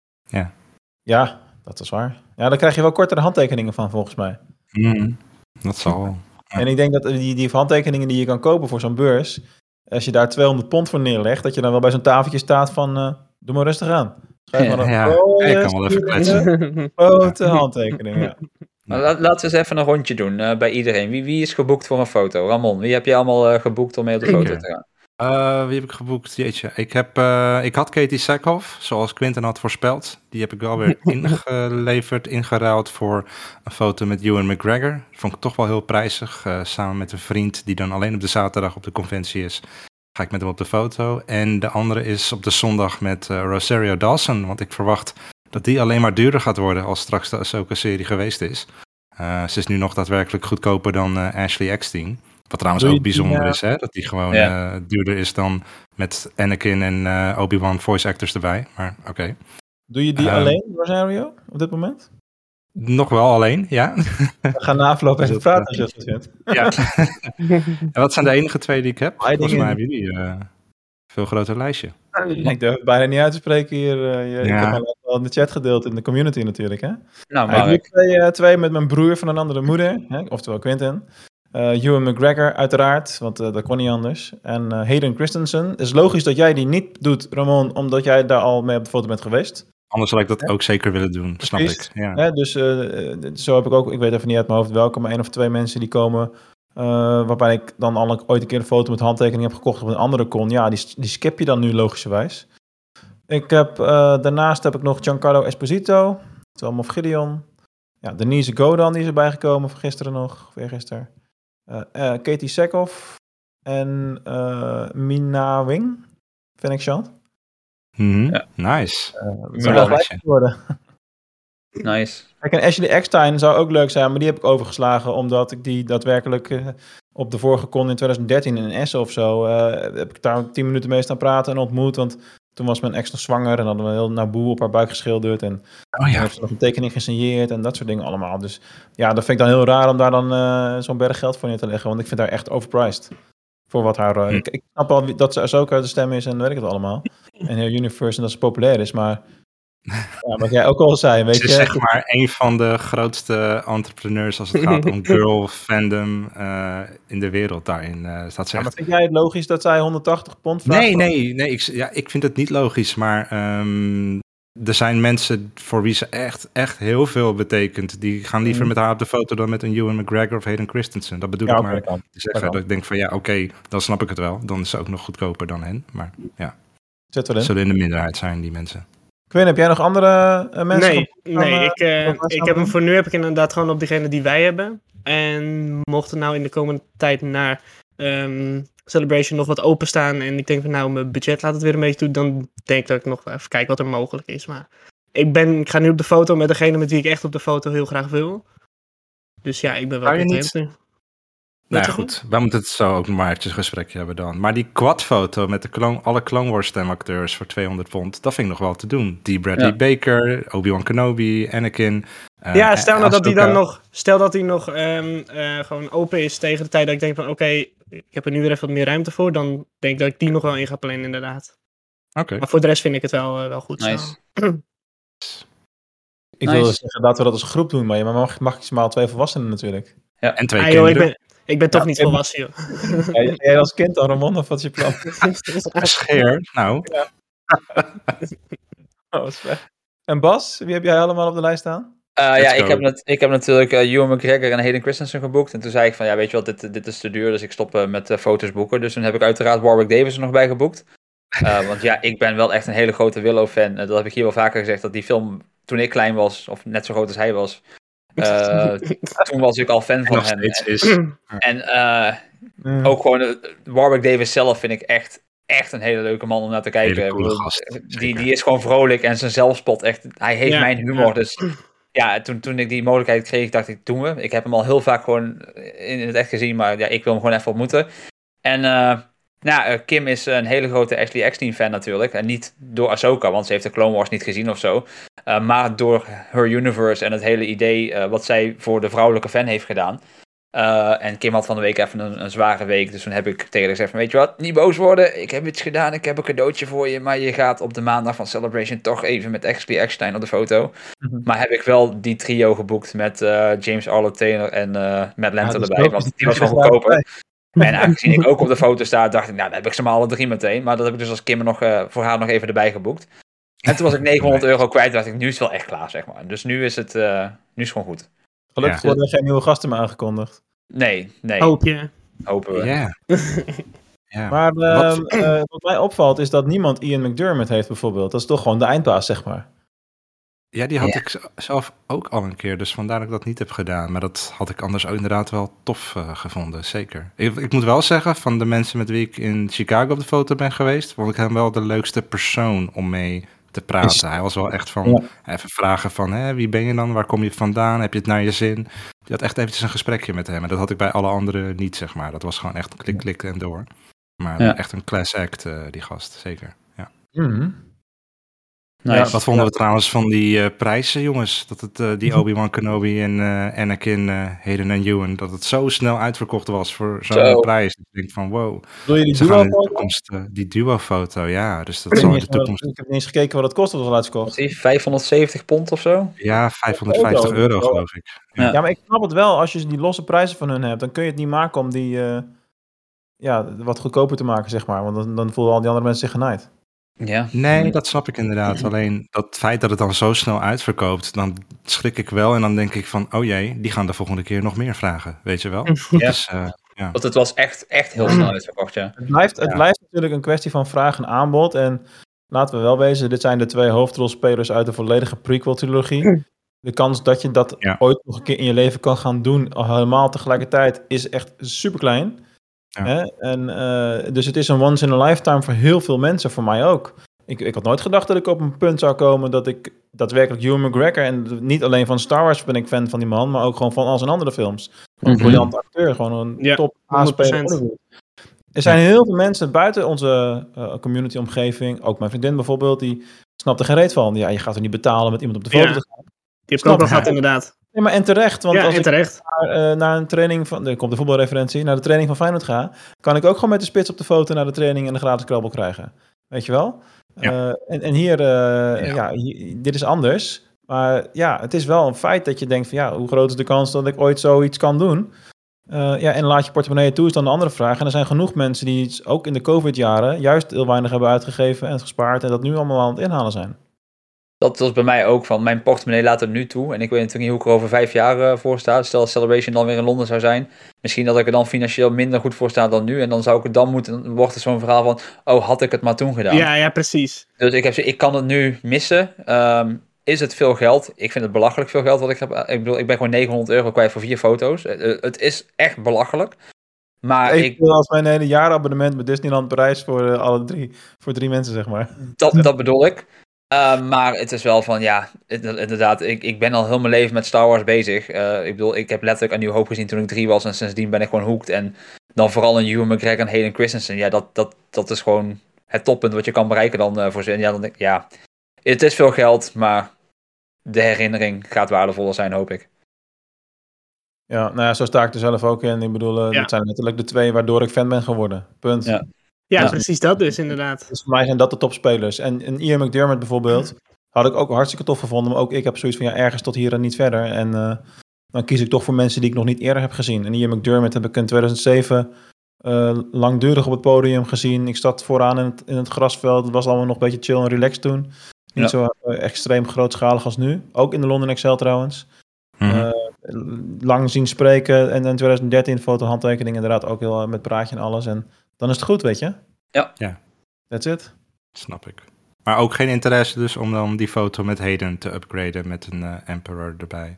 Ja, dat is waar. Ja, daar krijg je wel kortere handtekeningen van volgens mij. Mm, dat zal wel. Ja. En ik denk dat die, die handtekeningen die je kan kopen voor zo'n beurs, als je daar tweehonderd pond voor neerlegt, dat je dan wel bij zo'n tafeltje staat van, uh, doe maar rustig aan. Schrijf maar een Ja, grote, ik kan wel even kletsen. grote handtekening, ja. Maar la- laten we eens even een rondje doen uh, bij iedereen. Wie, wie is geboekt voor een foto? Ramon, wie heb je allemaal uh, geboekt om mee op de Ik, foto uh, te gaan? Uh, wie heb ik geboekt? Jeetje. Ik, heb, uh, ik had Katie Sackhoff, zoals Quinten had voorspeld. Die heb ik wel weer ingeleverd, ingeruild voor een foto met Ewan McGregor. Vond ik toch wel heel prijzig. Uh, samen met een vriend die dan alleen op de zaterdag op de conventie is, ga ik met hem op de foto. En de andere is op de zondag met uh, Rosario Dawson. Want ik verwacht dat die alleen maar duurder gaat worden als straks de Ahsoka-serie geweest is. Uh, ze is nu nog daadwerkelijk goedkoper dan uh, Ashley Eckstein. Wat trouwens Doe je ook die, bijzonder uh, is, hè? Dat die gewoon Ja. uh, duurder is dan met Anakin en uh, Obi-Wan voice actors erbij. Maar oké. Okay. Doe je die Um, alleen, Rosario, op dit moment? Nog wel alleen, ja. We gaan na afloop even dat, praten uh, als je dat goed vindt. ja. En wat zijn de enige twee die ik heb? Hiding Volgens mij in. hebben jullie uh, een veel groter lijstje. Ik durf het bijna niet uit te spreken hier. Uh, je, Ja. Ik heb al wel in de chat gedeeld, in de community natuurlijk, hè? Nou, Ja, ik doe Mark. twee, uh, twee met mijn broer van een andere moeder, hè? Oftewel Quentin. Uh, Ewan McGregor uiteraard, want uh, dat kon niet anders. En uh, Hayden Christensen. Het is logisch dat jij die niet doet, Ramon, omdat jij daar al mee op de foto bent geweest. Anders zou ik dat Ja. ook zeker willen doen, snap Precies. ik. Ja. Hè, dus uh, zo heb ik ook, ik weet even niet uit mijn hoofd welke, maar één of twee mensen die komen, uh, waarbij ik dan al ooit een keer een foto met handtekening heb gekocht op een andere con. Ja, die, die skip je dan nu logischerwijs. Ik heb, uh, daarnaast heb ik nog Giancarlo Esposito, oftewel Moff Gideon. Ja, Denise Godan, die is erbij gekomen van gisteren nog, of eergisteren. Uh, uh, Katie Sackhoff en uh, Mina Wing, vind ik Sean. Mm-hmm. Ja. Nice. Uh, dat Mulan zou wel lijstje. gelijk worden. Nice. Kijk, en Ashley Eckstein zou ook leuk zijn, maar die heb ik overgeslagen, omdat ik die daadwerkelijk uh, op de vorige con in twintig dertien in Essen of zo, uh, heb ik daar tien minuten mee staan praten en ontmoet, want Toen was mijn ex nog zwanger en hadden we heel Naboo op haar buik geschilderd. En Oh ja. toen heeft ze nog een tekening gesigneerd en dat soort dingen allemaal. Dus ja, dat vind ik dan heel raar om daar dan uh, zo'n berg geld voor neer te leggen. Want ik vind haar echt overpriced. Voor wat haar... Uh, hm. ik, ik snap al wie, dat ze Ahsoka de stem is en weet ik het allemaal. En heel universe en dat ze populair is, maar... Ja, wat jij ook al zei, weet ze je... is zeg maar een van de grootste entrepreneurs als het gaat om girl fandom uh, in de wereld daarin. Uh, staat ze ja, echt... maar vind jij het logisch dat zij honderdtachtig pond vraagt? Nee, nee, nee. Ik, ja, ik vind het niet logisch, maar um, er zijn mensen voor wie ze echt, echt heel veel betekent. Die gaan liever mm. met haar op de foto dan met een Ewan McGregor of Hayden Christensen. Dat bedoel ja, ik okay, maar te zeggen. Dat ik denk van ja, oké, okay, dan snap ik het wel. Dan is ze ook nog goedkoper dan hen. Maar ja, zet erin. Zullen in de minderheid zijn, die mensen. Quinn, heb jij nog andere uh, mensen? Nee, van, nee uh, ik, uh, ik heb hem voor nu heb ik inderdaad gewoon op diegene die wij hebben. En mocht er nou in de komende tijd naar um, Celebration nog wat openstaan en ik denk van nou, mijn budget laat het weer een beetje toe, dan denk ik dat ik nog even kijk wat er mogelijk is. Maar ik, ben, ik ga nu op de foto met degene met wie ik echt op de foto heel graag wil. Dus ja, ik ben wel content. Nou ja, goed, wij moeten het zo ook maar eventjes een gesprekje hebben dan. Maar die quadfoto met de clone, alle Clone Wars stemacteurs voor tweehonderd pond, dat vind ik nog wel te doen. Die Bradley ja. Baker, Obi-Wan Kenobi, Anakin. Uh, ja, stel nou dat die dan nog, stel dat die nog um, uh, gewoon open is tegen de tijd dat ik denk van oké, okay, ik heb er nu weer even wat meer ruimte voor, dan denk ik dat ik die nog wel in ga plannen inderdaad. Oké. Okay. Maar voor de rest vind ik het wel, uh, wel goed nice. Zo. Ik nice. wilde zeggen dat we dat als groep doen, maar je mag maximaal twee volwassenen natuurlijk. Ja, en twee ah, kinderen. Joh, ik ben, Ik ben toch ja, niet volwassen, joh. Ja, jij als kind dan, Ramon, of wat is je plan? Scheer, nou. Ja. Oh, is weg. En Bas, wie heb jij allemaal op de lijst staan? Uh, ja, ik heb, net, ik heb natuurlijk uh, Ewan McGregor en Hayden Christensen geboekt. En toen zei ik van, ja, weet je wat, dit, dit is te duur, dus ik stop uh, met uh, foto's boeken. Dus toen heb ik uiteraard Warwick Davis er nog bij geboekt. Uh, want ja, ik ben wel echt een hele grote Willow-fan. Uh, dat heb ik hier wel vaker gezegd, dat die film, toen ik klein was, of net zo groot als hij was... Uh, toen was ik al fan van hem. En, is. en uh, mm. ook gewoon uh, Warwick Davis zelf vind ik echt, echt een hele leuke man om naar te kijken. Coole gast, die, die is gewoon vrolijk en zijn zelfspot echt. Hij heeft ja, mijn humor. Ja. Dus ja, toen, toen ik die mogelijkheid kreeg, dacht ik, doen we. Ik heb hem al heel vaak gewoon in, in het echt gezien, maar ja, ik wil hem gewoon even ontmoeten. En uh, nou, uh, Kim is een hele grote Ashley Eckstein fan natuurlijk. En niet door Ahsoka, want ze heeft de Clone Wars niet gezien of zo. Uh, maar door her universe en het hele idee uh, wat zij voor de vrouwelijke fan heeft gedaan. Uh, en Kim had van de week even een, een zware week. Dus toen heb ik tegen haar gezegd van, weet je wat, niet boos worden. Ik heb iets gedaan, ik heb een cadeautje voor je. Maar je gaat op de maandag van Celebration toch even met Ashley Eckstein op de foto. Mm-hmm. Maar heb ik wel die trio geboekt met uh, James Arnold Taylor en uh, Matt Lanter ja, erbij. Want die was wel goedkoper. En aangezien ik ook op de foto sta, dacht ik, nou, dan heb ik ze maar alle drie meteen. Maar dat heb ik dus als Kim nog, uh, voor haar nog even erbij geboekt. En toen was ik negenhonderd euro kwijt, dacht ik, nu is het wel echt klaar, zeg maar. Dus nu is het, uh, nu is het gewoon goed. Gelukkig ja. worden er geen nieuwe gasten meer aangekondigd. Nee, nee. Hoop je. Hopen we. Ja. ja. Maar uh, wat? Uh, wat mij opvalt is dat niemand Ian McDiarmid heeft bijvoorbeeld. Dat is toch gewoon de eindbaas, zeg maar. Ja, die had ja. ik zelf ook al een keer, dus vandaar dat ik dat niet heb gedaan. Maar dat had ik anders ook inderdaad wel tof uh, gevonden, zeker. Ik, ik moet wel zeggen, van de mensen met wie ik in Chicago op de foto ben geweest, vond ik hem wel de leukste persoon om mee te praten. Hij was wel echt van, ja. even vragen van, hè, wie ben je dan, waar kom je vandaan, heb je het naar je zin? Die had echt eventjes een gesprekje met hem en dat had ik bij alle anderen niet, zeg maar. Dat was gewoon echt klik, klik en door. Maar ja. echt een class act, uh, die gast, zeker. Ja. Mm-hmm. Nice. Ja, wat vonden we trouwens van die uh, prijzen, jongens? Dat het uh, die Obi-Wan Kenobi en uh, Anakin, uh, Hayden en Ewan, dat het zo snel uitverkocht was voor zo'n zo. prijs. Ik denk van, wow. Wil je die Ze gaan in de toekomst, uh, die duo-foto, ja. Dus dat zal in de toekomst... Ik heb niet eens gekeken wat het kost, dat was uitverkocht. vijfhonderdzeventig pond of zo? Ja, vijfhonderdvijftig euro, euro geloof ik. Ja. ja, maar ik snap het wel. Als je die losse prijzen van hun hebt, dan kun je het niet maken om die uh, ja, wat goedkoper te maken, zeg maar. Want dan, dan voelen al die andere mensen zich genaaid. Ja. Nee, dat snap ik inderdaad. Alleen dat feit dat het dan zo snel uitverkoopt, dan schrik ik wel en dan denk ik van, oh jee, die gaan de volgende keer nog meer vragen, weet je wel? Ja. Dus, uh, ja. Want het was echt, echt heel snel uitverkocht, ja. Het blijft, het ja. blijft natuurlijk een kwestie van vraag en aanbod en laten we wel wezen, dit zijn de twee hoofdrolspelers uit de volledige prequel-trilogie. De kans dat je dat ja. ooit nog een keer in je leven kan gaan doen, helemaal tegelijkertijd, is echt super klein. Ja. Hè? En, uh, dus het is een once in a lifetime voor heel veel mensen, voor mij ook. Ik, ik had nooit gedacht dat ik op een punt zou komen dat ik daadwerkelijk Ewan McGregor, en niet alleen van Star Wars ben ik fan van die man, maar ook gewoon van al zijn andere films. Een mm-hmm. briljante acteur, gewoon een ja, top aanspeler. Er zijn heel veel mensen buiten onze uh, community-omgeving, ook mijn vriendin bijvoorbeeld, die snapt er geen reet van. Ja, je gaat er niet betalen met iemand op de foto Ja. te gaan. Die heb ik ook wel gehad, inderdaad. Nee, maar en terecht. Want Ja, als en ik terecht. naar, uh, naar een training van, er komt de voetbalreferentie, naar de training van Feyenoord ga, kan ik ook gewoon met de spits op de foto naar de training en de gratis krabbel krijgen. Weet je wel? Ja. Uh, en, en hier, uh, ja, ja hier, dit is anders. Maar ja, het is wel een feit dat je denkt van ja, hoe groot is de kans dat ik ooit zoiets kan doen? Uh, ja, en laat je portemonnee toe is dan een andere vraag. En er zijn genoeg mensen die ook in de COVID-jaren juist heel weinig hebben uitgegeven en gespaard en dat nu allemaal aan het inhalen zijn. Dat was bij mij ook van, mijn portemonnee laat er nu toe. En ik weet natuurlijk niet hoe ik er over vijf jaar uh, voor sta. Stel dat Celebration dan weer in Londen zou zijn. Misschien dat ik er dan financieel minder goed voor sta dan nu. En dan zou ik het dan moeten, dan wordt het zo'n verhaal van, oh, had ik het maar toen gedaan. Ja, ja, precies. Dus ik heb ik kan het nu missen. Um, is het veel geld? Ik vind het belachelijk veel geld wat ik heb. Ik bedoel, ik ben gewoon negenhonderd euro kwijt voor vier foto's. Uh, het is echt belachelijk. Maar ik ik wil als mijn hele jaarabonnement met Disneyland Parijs voor uh, alle drie, voor drie mensen, zeg maar. Dat, dat bedoel ik. Uh, maar het is wel van, ja, inderdaad, ik, ik ben al heel mijn leven met Star Wars bezig. Uh, ik bedoel, ik heb letterlijk A New Hope gezien toen ik drie was en sindsdien ben ik gewoon hooked. En dan vooral een Ewan McGregor en Hayden Christensen. Ja, dat, dat, dat is gewoon het toppunt wat je kan bereiken dan uh, voor zin. Ja, dan denk ik, ja, het is veel geld, maar de herinnering gaat waardevoller zijn, hoop ik. Ja, nou ja, zo sta ik er zelf ook in. Ik bedoel, uh, ja. dat zijn letterlijk de twee waardoor ik fan ben geworden. Punt. Ja. Ja, ja, precies dat dus, inderdaad. Dus voor mij zijn dat de topspelers. En, en Ian McDermott bijvoorbeeld, had ik ook hartstikke tof gevonden. Maar ook ik heb zoiets van, ja, ergens tot hier en niet verder. En uh, dan kies ik toch voor mensen die ik nog niet eerder heb gezien. En Ian McDermott heb ik in tweeduizend zeven uh, langdurig op het podium gezien. Ik zat vooraan in het, in het grasveld. Het was allemaal nog een beetje chill en relaxed toen. Niet ja. zo uh, extreem grootschalig als nu. Ook in de London Excel trouwens. Mm-hmm. Uh, lang zien spreken. En in tweeduizend dertien foto handtekening inderdaad ook heel uh, met praatje en alles. En dan is het goed, weet je? Ja. ja. That's it. Snap ik. Maar ook geen interesse dus om dan die foto met Hayden te upgraden met een uh, Emperor erbij.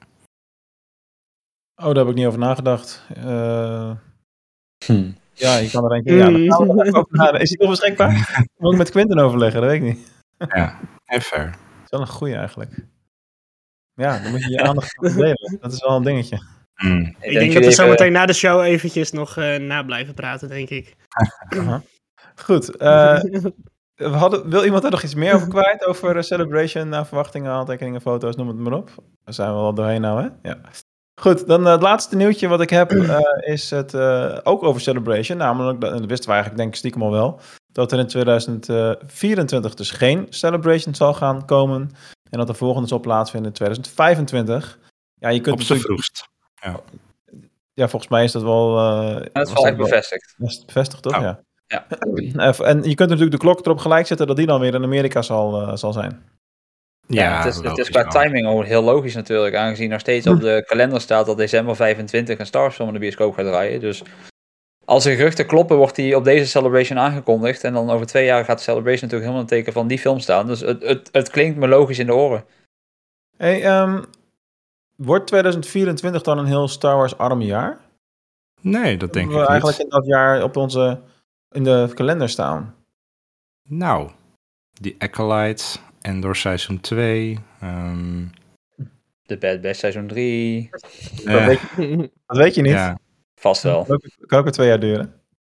Oh, daar heb ik niet over nagedacht. Uh, hm. Ja, je kan er eentje... Ja, nou, is hij nog beschikbaar? Moet ik met Quinten overleggen, dat weet ik niet. Ja, en fair. Dat is wel een goeie eigenlijk. Ja, dan moet je je aandacht verdelen. Dat is wel een dingetje. Mm. Ik, ik denk dat we even... zo meteen na de show eventjes nog uh, na blijven praten, denk ik. Uh-huh. Goed. Uh, we hadden, wil iemand er nog iets meer over kwijt? Over uh, Celebration, naar verwachtingen, handtekeningen, foto's, noem het maar op. Daar zijn we al doorheen nou, hè? Ja. Goed, dan uh, het laatste nieuwtje wat ik heb uh, is het uh, ook over Celebration. Namelijk, dat, en dat wisten we eigenlijk denk ik stiekem al wel, dat er in tweeduizend vierentwintig dus geen Celebration zal gaan komen. En dat de volgende zal plaatsvinden in tweeduizend vijfentwintig. Ja, je kunt op z'n vroegst. Ja. ja, volgens mij is dat wel... Uh, ja, dat is wel echt bevestigd. Dat is bevestigd, toch? Oh. Ja. Ja. En je kunt natuurlijk de klok erop gelijk zetten dat die dan weer in Amerika zal, uh, zal zijn. Ja, ja het, is, het is qua timing ook heel logisch natuurlijk, aangezien er steeds op de kalender staat dat december vijfentwintig een Star Wars film in de bioscoop gaat draaien. Dus als de geruchten kloppen, wordt die op deze Celebration aangekondigd. En dan over twee jaar gaat de Celebration natuurlijk helemaal in het teken van die film staan. Dus het, het, het klinkt me logisch in de oren. Hey, um, wordt tweeduizend vierentwintig dan een heel Star Wars arm jaar? Nee, dat denk we ik niet. Eigenlijk in dat jaar op onze, in de kalender staan. Nou, die Acolyte, Endor seizoen twee. Um... The Bad Batch seizoen drie. Uh, dat, weet je, dat weet je niet. Ja. Vast wel. Kan ook, kan ook weer twee jaar duren.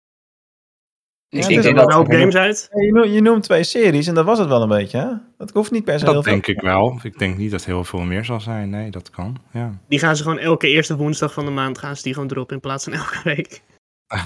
Ik ja, denk dat er een hoop games uit. Je noemt, je noemt twee series en dat was het wel een beetje, hè? Dat hoeft niet per se dat heel veel. Dat denk ik wel. Ik denk niet dat heel veel meer zal zijn. Nee, dat kan. Ja. Die gaan ze gewoon elke eerste woensdag van de maand gaan ze die gewoon droppen in plaats van elke week. Ah.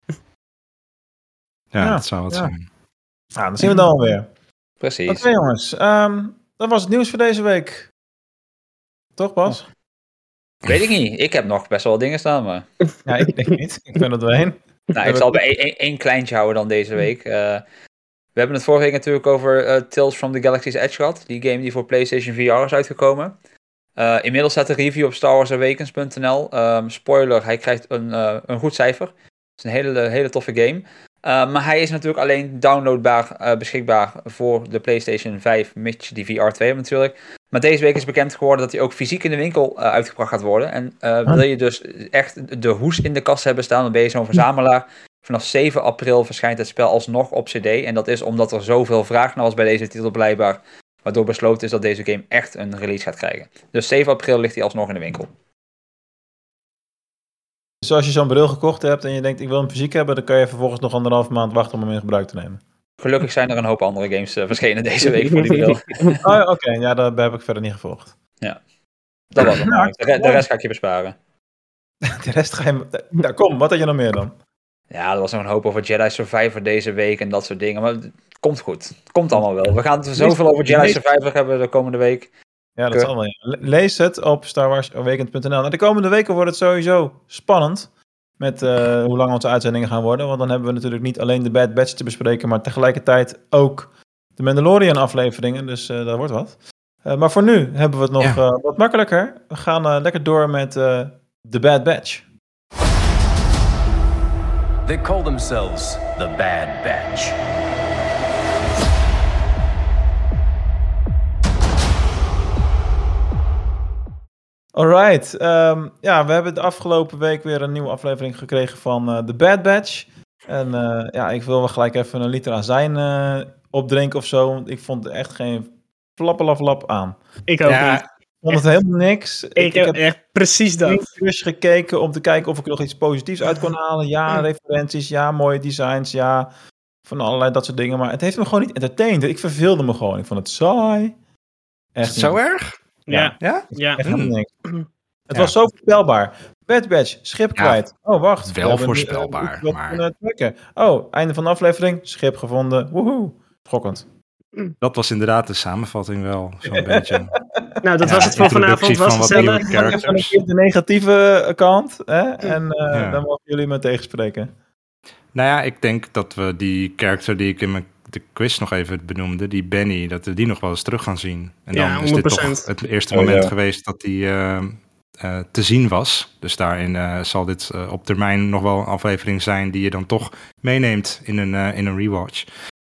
Ja, ja, dat zou het ja. zijn. Nou, dan zien we dan alweer. Precies. Oké, okay, jongens. Um, dat was het nieuws voor deze week. Toch, Bas? Oh. Weet ik niet. Ik heb nog best wel wat dingen staan, maar... Ja, ik denk niet. Ik ben er doorheen. Nou, ik zal bij één, één kleintje houden dan deze week. Uh, we hebben het vorige week natuurlijk over uh, Tales from the Galaxy's Edge gehad. Die game die voor PlayStation V R is uitgekomen. Uh, inmiddels staat de review op star wars awakens punt n l. Um, spoiler, hij krijgt een, uh, een goed cijfer. Het is een hele, hele toffe game. Uh, maar hij is natuurlijk alleen downloadbaar uh, beschikbaar voor de PlayStation vijf, mits je die V R twee hebt natuurlijk. Maar deze week is bekend geworden dat hij ook fysiek in de winkel uh, uitgebracht gaat worden. En uh, wil je dus echt de hoes in de kast hebben staan, dan ben je zo'n verzamelaar. Vanaf zeven april verschijnt het spel alsnog op C D. En dat is omdat er zoveel vraag naar was bij deze titel blijkbaar. Waardoor besloten is dat deze game echt een release gaat krijgen. Dus zeven april ligt hij alsnog in de winkel. Dus als je zo'n bril gekocht hebt en je denkt ik wil hem fysiek hebben, dan kan je vervolgens nog anderhalf maand wachten om hem in gebruik te nemen. Gelukkig zijn er een hoop andere games uh, verschenen deze week voor die bril. Oh, Oké, okay. Ja, dat heb ik verder niet gevolgd. Ja, dat was het maar. De, re- de rest ga ik je besparen. De rest ga je... Ja, kom, wat had je nog meer dan? Ja, er was nog een hoop over Jedi Survivor deze week en dat soort dingen. Maar het komt goed. Het komt allemaal wel. We gaan het zoveel over Jedi Survivor hebben de komende week. Ja, dat is allemaal. Ja. Lees het op star wars awakened punt n l. En de komende weken wordt het sowieso spannend. Met uh, hoe lang onze uitzendingen gaan worden. Want dan hebben we natuurlijk niet alleen de Bad Batch te bespreken. Maar tegelijkertijd ook de Mandalorian afleveringen. Dus uh, dat wordt wat. Uh, maar voor nu hebben we het nog ja. uh, wat makkelijker. We gaan uh, lekker door met uh, de Bad Batch. They call themselves the Bad Batch. Alright. Um, ja, we hebben de afgelopen week weer een nieuwe aflevering gekregen van uh, The Bad Batch. En uh, ja, ik wil wel gelijk even een liter azijn uh, opdrinken of zo. Want ik vond er echt geen flappelaflap aan. Ik ook ja, niet. Ik vond het helemaal niks. Ik, ik heb, heb echt precies dat. Ik gekeken om te kijken of ik er nog iets positiefs uit kon halen. Ja, referenties, ja, mooie designs, ja, van allerlei dat soort dingen. Maar het heeft me gewoon niet entertained. Ik verveelde me gewoon. Ik vond het saai. Echt Is het zo erg? Ja. Ja? Ja. Echt helemaal niks. Het ja. was zo voorspelbaar. Bad Batch, schip kwijt. Ja. Oh, wacht. Wel voorspelbaar. Nu, uh, maar... Oh, einde van de aflevering. Schip gevonden. Woehoe. Schokkend. Dat was inderdaad de samenvatting wel, zo'n beetje. Nou, dat ja, was het voor vanavond. Was gezellig. De negatieve kant. Hè? En uh, ja. dan mogen jullie me tegenspreken. Nou ja, ik denk dat we die character die ik in mijn de quiz nog even benoemde, die Benny, dat we die nog wel eens terug gaan zien. En dan ja, is dit toch het eerste moment oh, ja. geweest dat die uh, uh, te zien was. Dus daarin uh, zal dit uh, op termijn nog wel een aflevering zijn die je dan toch meeneemt in een, uh, in een rewatch.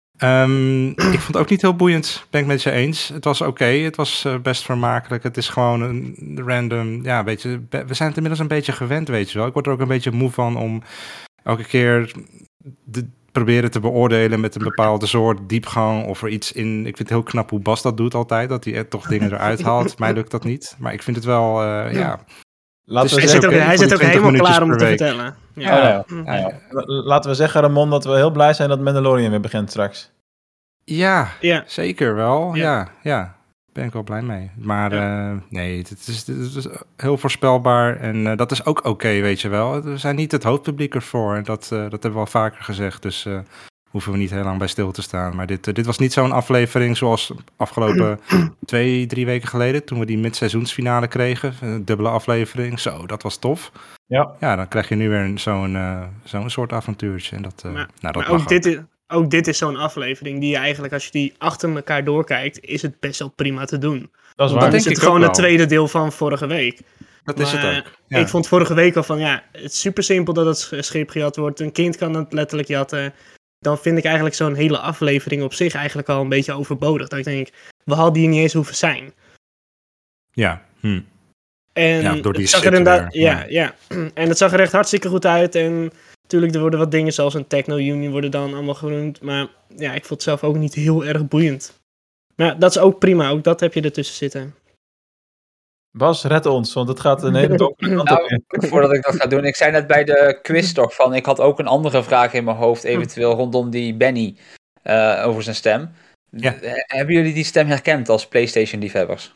Um, ik vond het ook niet heel boeiend, ben ik met je eens. Het was oké, okay, het was uh, best vermakelijk. Het is gewoon een random, ja, weet je, we zijn het inmiddels een beetje gewend, weet je wel. Ik word er ook een beetje moe van om elke keer de, proberen te beoordelen met een bepaalde soort diepgang of er iets in. Ik vind het heel knap hoe Bas dat doet altijd, dat hij toch dingen eruit haalt. Mij lukt dat niet, maar ik vind het wel, uh, ja... Dus hij zit ook, hij zit ook helemaal klaar om het te vertellen. Ja. Ja. Ja, ja. Ja. Laten we zeggen, Ramon, dat we heel blij zijn dat Mandalorian weer begint straks. Ja, ja. zeker wel. Ja. ja, ja. Ben ik wel blij mee. Maar ja. uh, nee, het is, het is heel voorspelbaar en uh, dat is ook oké, okay, weet je wel. We zijn niet het hoofdpubliek ervoor en dat, uh, dat hebben we al vaker gezegd. Dus uh, hoeven we niet heel lang bij stil te staan. Maar dit, uh, dit was niet zo'n aflevering zoals afgelopen twee, drie weken geleden, toen we die mid-seizoensfinale kregen. Een dubbele aflevering. Zo, dat was tof. Ja, ja dan krijg je nu weer zo'n, uh, zo'n soort avontuurtje. En dat, uh, maar, nou, dat maar ook, dit is, ook dit is zo'n aflevering die je eigenlijk, als je die achter elkaar doorkijkt, is het best wel prima te doen. Dat is, waar. Dan is het gewoon het tweede deel van vorige week. Dat maar, is het ook. Ja. Ik vond vorige week al van, ja, het is super simpel dat het schip gejat wordt. Een kind kan het letterlijk jatten. Dan vind ik eigenlijk zo'n hele aflevering op zich eigenlijk al een beetje overbodig. Dat ik denk, we hadden hier niet eens hoeven zijn. Ja. Hm. En ja, door die het zag er inderdaad, ja, ja. En het zag er echt hartstikke goed uit. En natuurlijk, er worden wat dingen zoals een Techno-Union worden dan allemaal genoemd. Maar ja, ik vond het zelf ook niet heel erg boeiend. Maar dat is ook prima. Ook dat heb je ertussen zitten. Bas, red ons, want het gaat een hele donkere kant nou, op. Voordat ik dat ga doen, ik zei net bij de quiz toch van, ik had ook een andere vraag in mijn hoofd, eventueel rondom die Benny uh, over zijn stem. Ja. Hebben jullie die stem herkend als PlayStation-liefhebbers?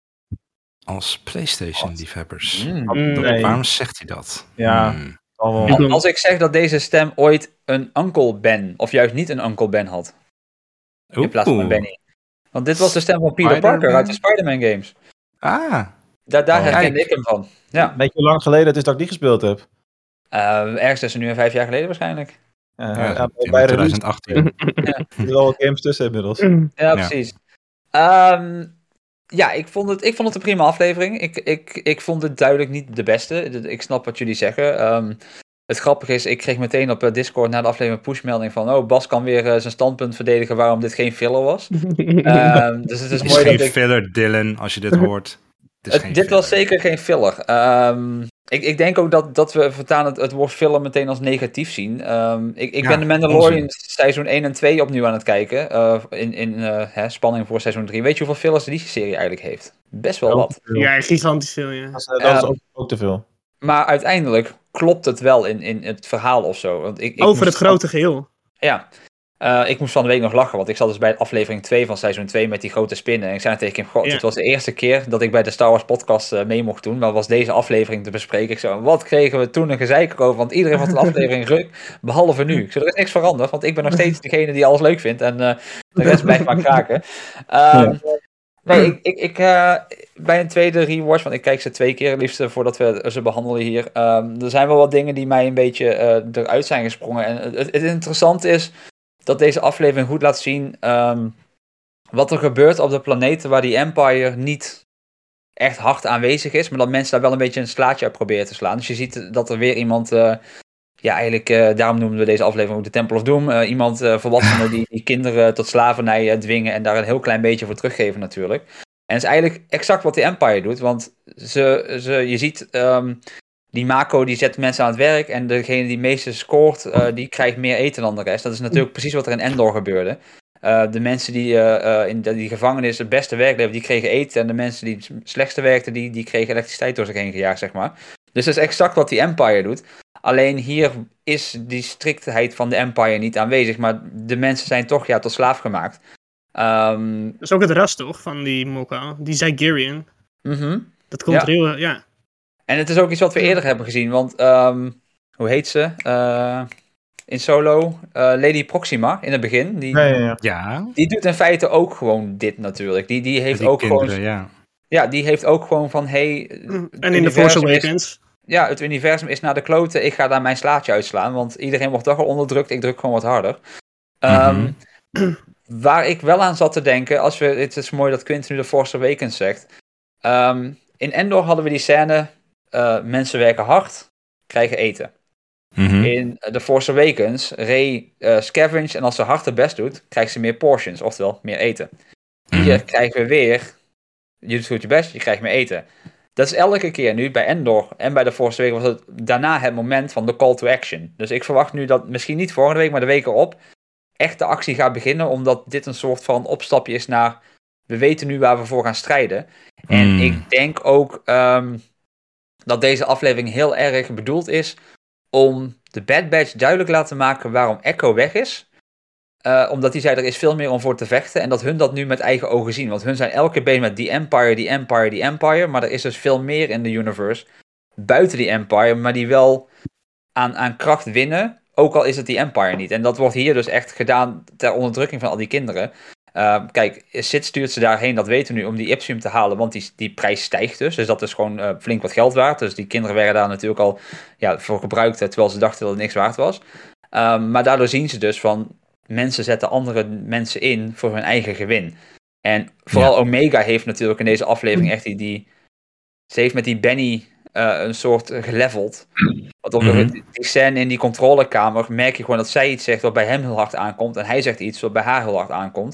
Als PlayStation-liefhebbers? Mm. Nee. Waarom zegt hij dat? Ja. Hmm. En als ik zeg dat deze stem ooit een Uncle Ben, of juist niet een Uncle Ben had. Oeh. In plaats van een Benny. Want dit was de stem van Peter Spider-Man? Parker uit de Spider-Man games. Ah. Da- daar oh, herkende ik hem van. Ja. Weet je hoe lang geleden het is dat ik die gespeeld heb? Uh, ergens tussen nu en vijf jaar geleden waarschijnlijk. Uh, ja, ja, bij twintig achttien. Ja. Er zijn al games tussen inmiddels. Ja, precies. Ja, um, ja ik, vond het, ik vond het een prima aflevering. Ik, ik, ik vond het duidelijk niet de beste. Ik snap wat jullie zeggen. Um, het grappige is, ik kreeg meteen op Discord na de aflevering een pushmelding van oh, Bas kan weer uh, zijn standpunt verdedigen waarom dit geen filler was. um, dus het is, het mooi is geen dat ik... filler, Dylan, als je dit hoort. Het het, dit filler. Was zeker geen filler. Um, ik, ik denk ook dat, dat we vertaan het, het woord filler meteen als negatief zien. Um, ik ik ja, ben de Mandalorian onzin. seizoen één en twee opnieuw aan het kijken. Uh, in in uh, hè, spanning voor seizoen drie. Weet je hoeveel fillers die serie eigenlijk heeft? Best wel ja, wat. Ja, gigantisch veel, ja. Dat is, dat is ook, ook te veel. Maar uiteindelijk klopt het wel in, in het verhaal of zo. Want ik, ik Over het moest, grote geheel. Ja. Uh, ik moest van de week nog lachen, want ik zat dus bij aflevering twee van seizoen twee met die grote spinnen. En ik zei tegen Kim, god, Ja. het was de eerste keer dat ik bij de Star Wars podcast uh, mee mocht doen. Maar was deze aflevering te bespreken. Ik zei, wat kregen we toen een gezeik over? Want iedereen vond de aflevering leuk, behalve nu. Ik zei, er is niks veranderd, want ik ben nog steeds degene die alles leuk vindt. En uh, de rest blijft maar kraken. Um, ja. Nee, ik, ik, ik uh, bij een tweede rewatch, want ik kijk ze twee keer het liefst voordat we ze behandelen hier. Um, er zijn wel wat dingen die mij een beetje uh, eruit zijn gesprongen. En het, het interessante is dat deze aflevering goed laat zien um, wat er gebeurt op de planeten waar die Empire niet echt hard aanwezig is, maar dat mensen daar wel een beetje een slaatje uit proberen te slaan. Dus je ziet dat er weer iemand, uh, ja eigenlijk, uh, daarom noemen we deze aflevering ook de Temple of Doom, uh, iemand uh, volwassenen die, die kinderen tot slavernij uh, dwingen en daar een heel klein beetje voor teruggeven natuurlijk. En het is eigenlijk exact wat de Empire doet, want ze, ze, je ziet... Um, Die Mako die zet mensen aan het werk en degene die het meeste scoort, uh, die krijgt meer eten dan de rest. Dat is natuurlijk precies wat er in Endor gebeurde. Uh, de mensen die uh, uh, in de, die gevangenis het beste werk leveren, die kregen eten. En de mensen die het slechtste werkten, die, die kregen elektriciteit door zich heen gejaagd, zeg maar. Dus dat is exact wat die Empire doet. Alleen hier is die striktheid van de Empire niet aanwezig. Maar de mensen zijn toch ja, tot slaaf gemaakt. Um, dat is ook het ras toch, van die Mokka. Die Zygerian. Mm-hmm. Dat komt ja. er heel... Ja. En het is ook iets wat we eerder hebben gezien, want, um, hoe heet ze? Uh, in Solo, uh, Lady Proxima, in het begin. Die, ja, ja, ja. ja. die doet in feite ook gewoon dit natuurlijk. Die, die heeft die ook kinderen, gewoon... Ja. ja, die heeft ook gewoon van, hey... En in The Force Awakens. Is, ja, het universum is naar de kloten, ik ga daar mijn slaatje uitslaan, want iedereen wordt toch al onderdrukt, ik druk gewoon wat harder. Um, mm-hmm. Waar ik wel aan zat te denken, als we... Het is mooi dat Quint nu The Force Awakens zegt. Um, in Endor hadden we die scène... Uh, mensen werken hard, krijgen eten. Mm-hmm. In The Force Awakens, Rey uh, scavenge en als ze hard het best doet, krijgt ze meer portions, oftewel meer eten. Mm-hmm. Hier krijgen we weer, je doet goed je best, je krijgt meer eten. Dat is elke keer nu, bij Endor en bij The Force Awakens, was het daarna het moment van de call to action. Dus ik verwacht nu dat, misschien niet volgende week, maar de week erop, echt de actie gaat beginnen, omdat dit een soort van opstapje is naar, we weten nu waar we voor gaan strijden. Mm. En ik denk ook... Um, dat deze aflevering heel erg bedoeld is om de Bad Batch duidelijk te laten maken waarom Echo weg is. Uh, omdat hij zei, er is veel meer om voor te vechten. En dat hun dat nu met eigen ogen zien. Want hun zijn elke keer bezig met die Empire, die Empire, die Empire. Maar er is dus veel meer in de universe buiten die Empire. Maar die wel aan, aan kracht winnen. Ook al is het die Empire niet. En dat wordt hier dus echt gedaan ter onderdrukking van al die kinderen. Uh, kijk, Sid stuurt ze daarheen, dat weten we nu, om die Ipsium te halen, want die, die prijs stijgt dus. Dus dat is gewoon uh, flink wat geld waard. Dus die kinderen werden daar natuurlijk al ja, voor gebruikt, terwijl ze dachten dat het niks waard was. Uh, maar daardoor zien ze dus van, mensen zetten andere mensen in voor hun eigen gewin. En vooral ja. Omega heeft natuurlijk in deze aflevering echt die, die ze heeft met die Benny uh, een soort geleveld. Want op mm-hmm. die scène in die controlekamer merk je gewoon dat zij iets zegt wat bij hem heel hard aankomt. En hij zegt iets wat bij haar heel hard aankomt.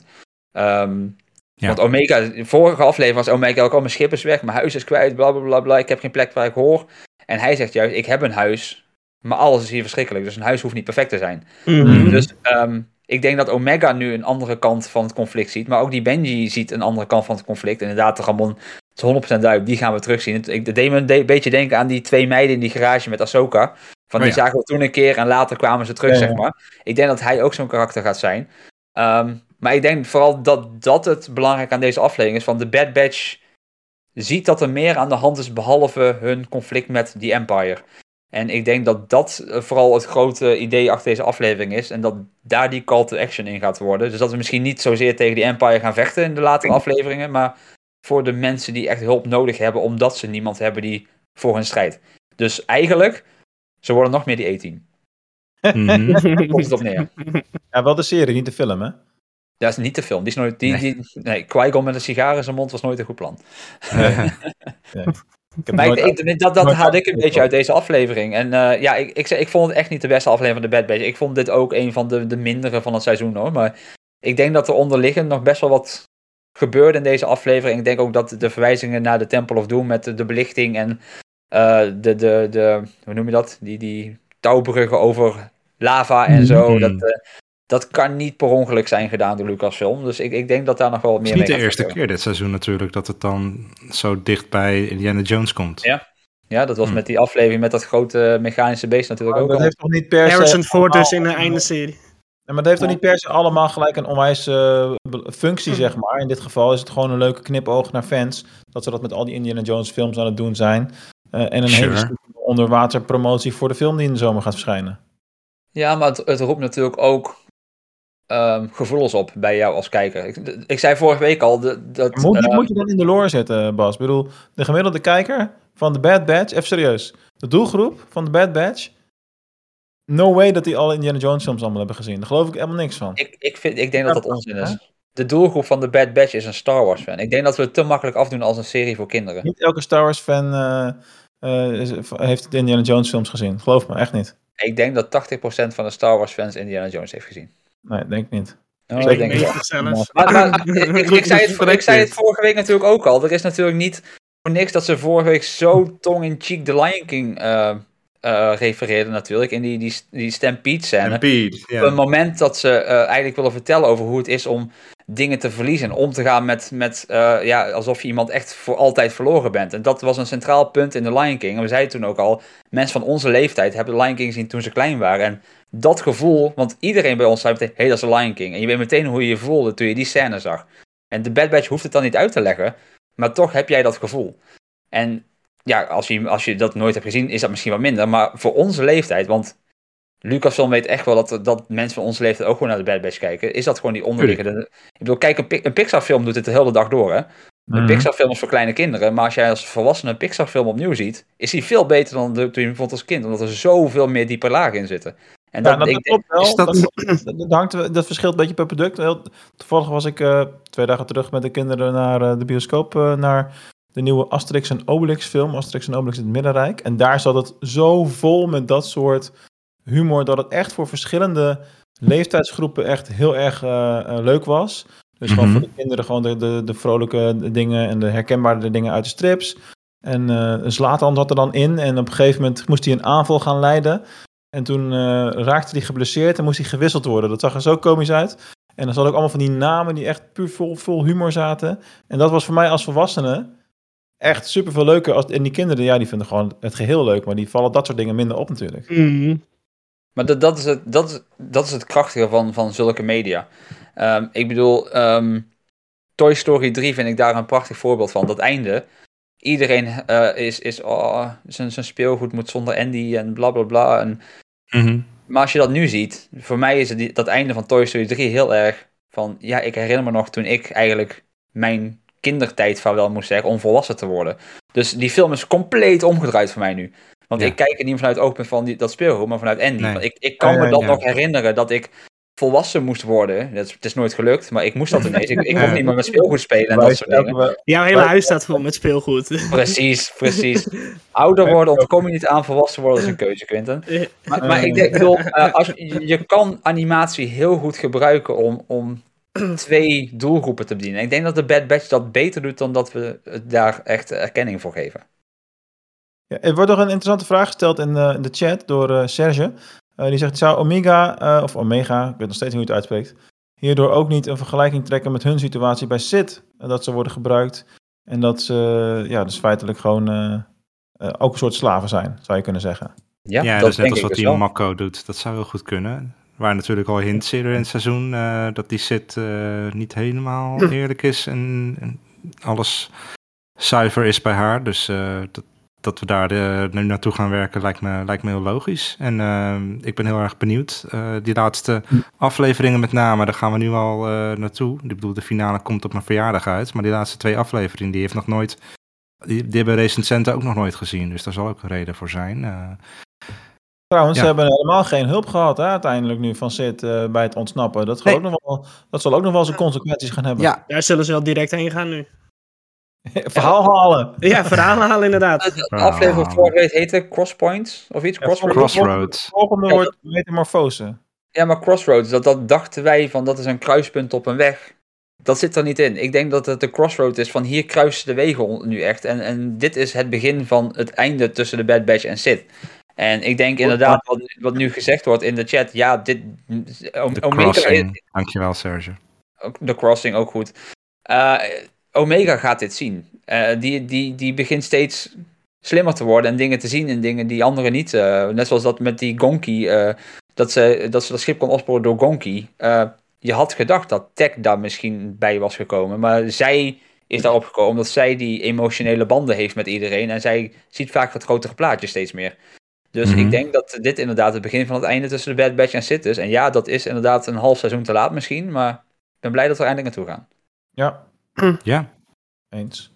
Um, ja. Want Omega, de vorige aflevering was Omega ook al, mijn schip is weg, mijn huis is kwijt, bla bla bla bla, ik heb geen plek waar ik hoor. En hij zegt juist, ik heb een huis, maar alles is hier verschrikkelijk, dus een huis hoeft niet perfect te zijn. Mm-hmm. Dus um, ik denk dat Omega nu een andere kant van het conflict ziet, maar ook die Benji ziet een andere kant van het conflict. Inderdaad, de Ramon, het is honderd procent duidelijk, die gaan we terugzien. Ik deed me een de- beetje denken aan die twee meiden in die garage met Ahsoka. Van die oh ja. zagen we toen een keer en later kwamen ze terug, ja, zeg maar. Ik denk dat hij ook zo'n karakter gaat zijn. Um, Maar ik denk vooral dat dat het belangrijk aan deze aflevering is. Van de Bad Batch ziet dat er meer aan de hand is behalve hun conflict met die Empire. En ik denk dat dat vooral het grote idee achter deze aflevering is. En dat daar die call to action in gaat worden. Dus dat we misschien niet zozeer tegen die Empire gaan vechten in de latere afleveringen. Maar voor de mensen die echt hulp nodig hebben. Omdat ze niemand hebben die voor hen strijdt. Dus eigenlijk, ze worden nog meer die A-team. Mm-hmm. Komt het op neer. Ja, wel de serie, niet de film, hè? Dat is niet de film. Die is nooit, die, nee. die, nee, Qui-Gon met een sigaar in zijn mond was nooit een goed plan. Nee. nee. Ik maar ik, ik, dat dat haalde ik een beetje uit deze aflevering. En uh, ja, ik, ik, ik vond het echt niet de beste aflevering van de Bad Batch. Ik vond dit ook een van de, de mindere van het seizoen, hoor. Maar ik denk dat er onderliggend nog best wel wat gebeurde in deze aflevering. Ik denk ook dat de verwijzingen naar de Temple of Doom met de, de belichting en uh, de, de, de, hoe noem je dat? Die, die touwbruggen over lava en zo. Mm. Dat... Uh, Dat kan niet per ongeluk zijn gedaan door Lucasfilm. Dus ik, ik denk dat daar nog wel meer mee gaat. Het is niet de eerste keer dit seizoen natuurlijk dat het dan zo dicht bij Indiana Jones komt. Ja, Ja, dat was Hmm. met die aflevering met dat grote mechanische beest natuurlijk Maar ook dat al. heeft toch niet per se... Harrison Ford dus in allemaal- de einde serie. Ja, maar dat heeft toch niet per se allemaal gelijk een onwijs eh, be- functie, zeg maar. In dit geval is het gewoon een leuke knipoog naar fans. Dat ze dat met al die Indiana Jones films aan het doen zijn. Eh, en een Sure. hele stiekem onderwaterpromotie voor de film die in de zomer gaat verschijnen. Ja, maar het, het roept natuurlijk ook ehm, gevoelens op bij jou als kijker. Ik, ik zei vorige week al de, dat... Moet, die eh, moet je dan in de lore zetten, Bas. Ik bedoel, de gemiddelde kijker van The Bad Batch, even serieus. De doelgroep van The Bad Batch, no way dat die alle Indiana Jones films allemaal hebben gezien. Daar geloof ik helemaal niks van. ik, ik, vind, ik denk dat dat onzin is. De doelgroep van The Bad Batch is een Star Wars fan. Ik denk dat we het te makkelijk afdoen als een serie voor kinderen. Niet elke Star Wars fan eh, eh, is- heeft de Indiana Jones films gezien. Geloof me, echt niet. Ik denk dat tachtig procent van de Star Wars fans Indiana Jones heeft gezien. Nee, denk ik niet. Oh, Zeker denk ik wel. negentig zelfs. Maar, maar ik, ik, ik zei het, ik zei het vorige week natuurlijk ook al. Er is natuurlijk niet voor niks dat ze vorige week zo tong-in-cheek The Lion King uh, uh, refereerden natuurlijk. In die, die, die Stampede scène. Stampede, ja. Op het moment dat ze uh, eigenlijk willen vertellen over hoe het is om dingen te verliezen. En om te gaan met, met uh, ja, alsof je iemand echt voor altijd verloren bent. En dat was een centraal punt in The Lion King. En we zeiden toen ook al, mensen van onze leeftijd hebben The Lion King gezien toen ze klein waren. En dat gevoel, want iedereen bij ons zei meteen, hé, hey, dat is The Lion King. En je weet meteen hoe je je voelde toen je die scène zag. En de Bad Batch hoeft het dan niet uit te leggen, maar toch heb jij dat gevoel. En ja, als je, als je dat nooit hebt gezien, is dat misschien wat minder. Maar voor onze leeftijd, want Lucasfilm weet echt wel dat, dat mensen van onze leeftijd ook gewoon naar de Bad Batch kijken, is dat gewoon die onderliggende... Ik bedoel, kijk, een, een Pixar-film doet het de hele dag door, hè. Een Mhm. Pixar-film is voor kleine kinderen, maar als jij als volwassene een Pixar-film opnieuw ziet, is die veel beter dan de, toen je hem vond als kind, omdat er zoveel meer diepe lagen in zitten. En Ja, dat, dat, ik, dat klopt wel. is dat- Dat, dat, dat hangt, dat verschilt een beetje per product. Heel, toevallig was ik uh, twee dagen terug met de kinderen naar uh, de bioscoop, uh, naar de nieuwe Asterix en Obelix film, Asterix en Obelix in het Middenrijk. En daar zat het zo vol met dat soort humor, dat het echt voor verschillende leeftijdsgroepen echt heel erg uh, uh, leuk was. Dus gewoon Mhm. voor de kinderen gewoon de, de, de vrolijke dingen en de herkenbare dingen uit de strips. En uh, Zlatan zat er dan in en op een gegeven moment moest hij een aanval gaan leiden. En toen uh, raakte hij geblesseerd en moest hij gewisseld worden. Dat zag er zo komisch uit. En dan zat ook allemaal van die namen die echt puur vol, vol humor zaten. En dat was voor mij als volwassene echt super veel leuker. Als, en die kinderen, ja, die vinden gewoon het geheel leuk. Maar die vallen dat soort dingen minder op natuurlijk. Mm. Maar dat, dat, is het, dat, is, dat is het krachtige van, van zulke media. Um, ik bedoel, um, Toy Story drie vind ik daar een prachtig voorbeeld van. Dat einde, iedereen uh, is, is oh, zijn, zijn speelgoed moet zonder Andy en bla bla bla. En, Mm-hmm. maar als je dat nu ziet, voor mij is het die, dat einde van Toy Story drie heel erg van, ja, ik herinner me nog toen ik eigenlijk mijn kindertijd vaarwel moest zeggen om volwassen te worden. Dus die film is compleet omgedraaid voor mij nu. Want Ja. ik kijk er niet vanuit het oogpunt van die, dat speelgoed, maar vanuit Andy. Nee. Want ik, ik kan Ja, me ja, dat ja. nog herinneren, dat ik volwassen moest worden. Dat is, het is nooit gelukt, maar ik moest dat ineens. Ik, ik mocht Ja. niet meer met speelgoed spelen en dat soort dingen. Jouw hele huis staat vol met speelgoed. Precies, precies. Ouder worden ontkom je niet aan, volwassen worden is een keuze, Quinten. Maar, maar ik denk, bedoel, uh, als, je, je kan animatie heel goed gebruiken om, om twee doelgroepen te bedienen. Ik denk dat de Bad Batch dat beter doet dan dat we daar echt erkenning voor geven. Ja, er wordt nog een interessante vraag gesteld in de, in de chat door uh, Serge. Uh, die zegt, zou Omega, uh, of Omega, ik weet nog steeds niet hoe je het uitspreekt, hierdoor ook niet een vergelijking trekken met hun situatie bij Sith? Uh, dat ze worden gebruikt en dat ze, uh, ja, dus feitelijk gewoon uh, uh, ook een soort slaven zijn, zou je kunnen zeggen. Ja, ja dat, dat is net denk als ik wat dus die wel. Mako doet. Dat zou heel goed kunnen. Er waren natuurlijk al hints eerder in het seizoen uh, dat die Sith uh, niet helemaal eerlijk is en, en alles zuiver is bij haar. Dus uh, dat, dat we daar uh, nu naartoe gaan werken lijkt me, lijkt me heel logisch. En uh, ik ben heel erg benieuwd. Uh, die laatste afleveringen met name, daar gaan we nu al uh, naartoe. Ik bedoel, de finale komt op mijn verjaardag uit. Maar die laatste twee afleveringen, die heeft nog nooit... Die, die hebben recensenten ook nog nooit gezien. Dus daar zal ook een reden voor zijn. Uh, Trouwens, Ja. ze hebben helemaal geen hulp gehad, hè, uiteindelijk nu van Sid uh, bij het ontsnappen. Dat, gaat Nee. ook nog wel, dat zal ook nog wel zijn consequenties gaan hebben. ja, Daar zullen ze wel direct heen gaan nu. Verhaal halen. Ja, verhalen halen inderdaad. De aflevering van vorige week heette Crosspoints of iets? Ja, Crossroads? Crossroads. Het volgende Ja, wordt metamorfose. Ja, maar Crossroads, dat, dat dachten wij van dat is een kruispunt op een weg. Dat zit er niet in. Ik denk dat het de crossroad is van hier kruisen de wegen nu echt. En, en dit is het begin van het einde tussen de Bad Batch en Sith. En ik denk inderdaad wat, wat nu gezegd wordt in de chat. Ja, dit... O- De Omega is, Crossing. Dankjewel, Serge. ook de Crossing ook goed. Uh, Omega gaat dit zien. Uh, die, die, die begint steeds slimmer te worden en dingen te zien in dingen die anderen niet. Uh, net zoals dat met die Gonki, uh, dat, ze, dat ze dat schip kon opsporen door Gonki. Uh, je had gedacht dat Tech daar misschien bij was gekomen, maar zij is daarop gekomen omdat zij die emotionele banden heeft met iedereen en zij ziet vaak het grotere plaatje steeds meer. Dus mm-hmm. ik denk dat dit inderdaad het begin van het einde tussen de Bad Batch en Sith is. En ja, dat is inderdaad een half seizoen te laat misschien, maar ik ben blij dat we er eindelijk naartoe gaan. Ja. Ja. Eens.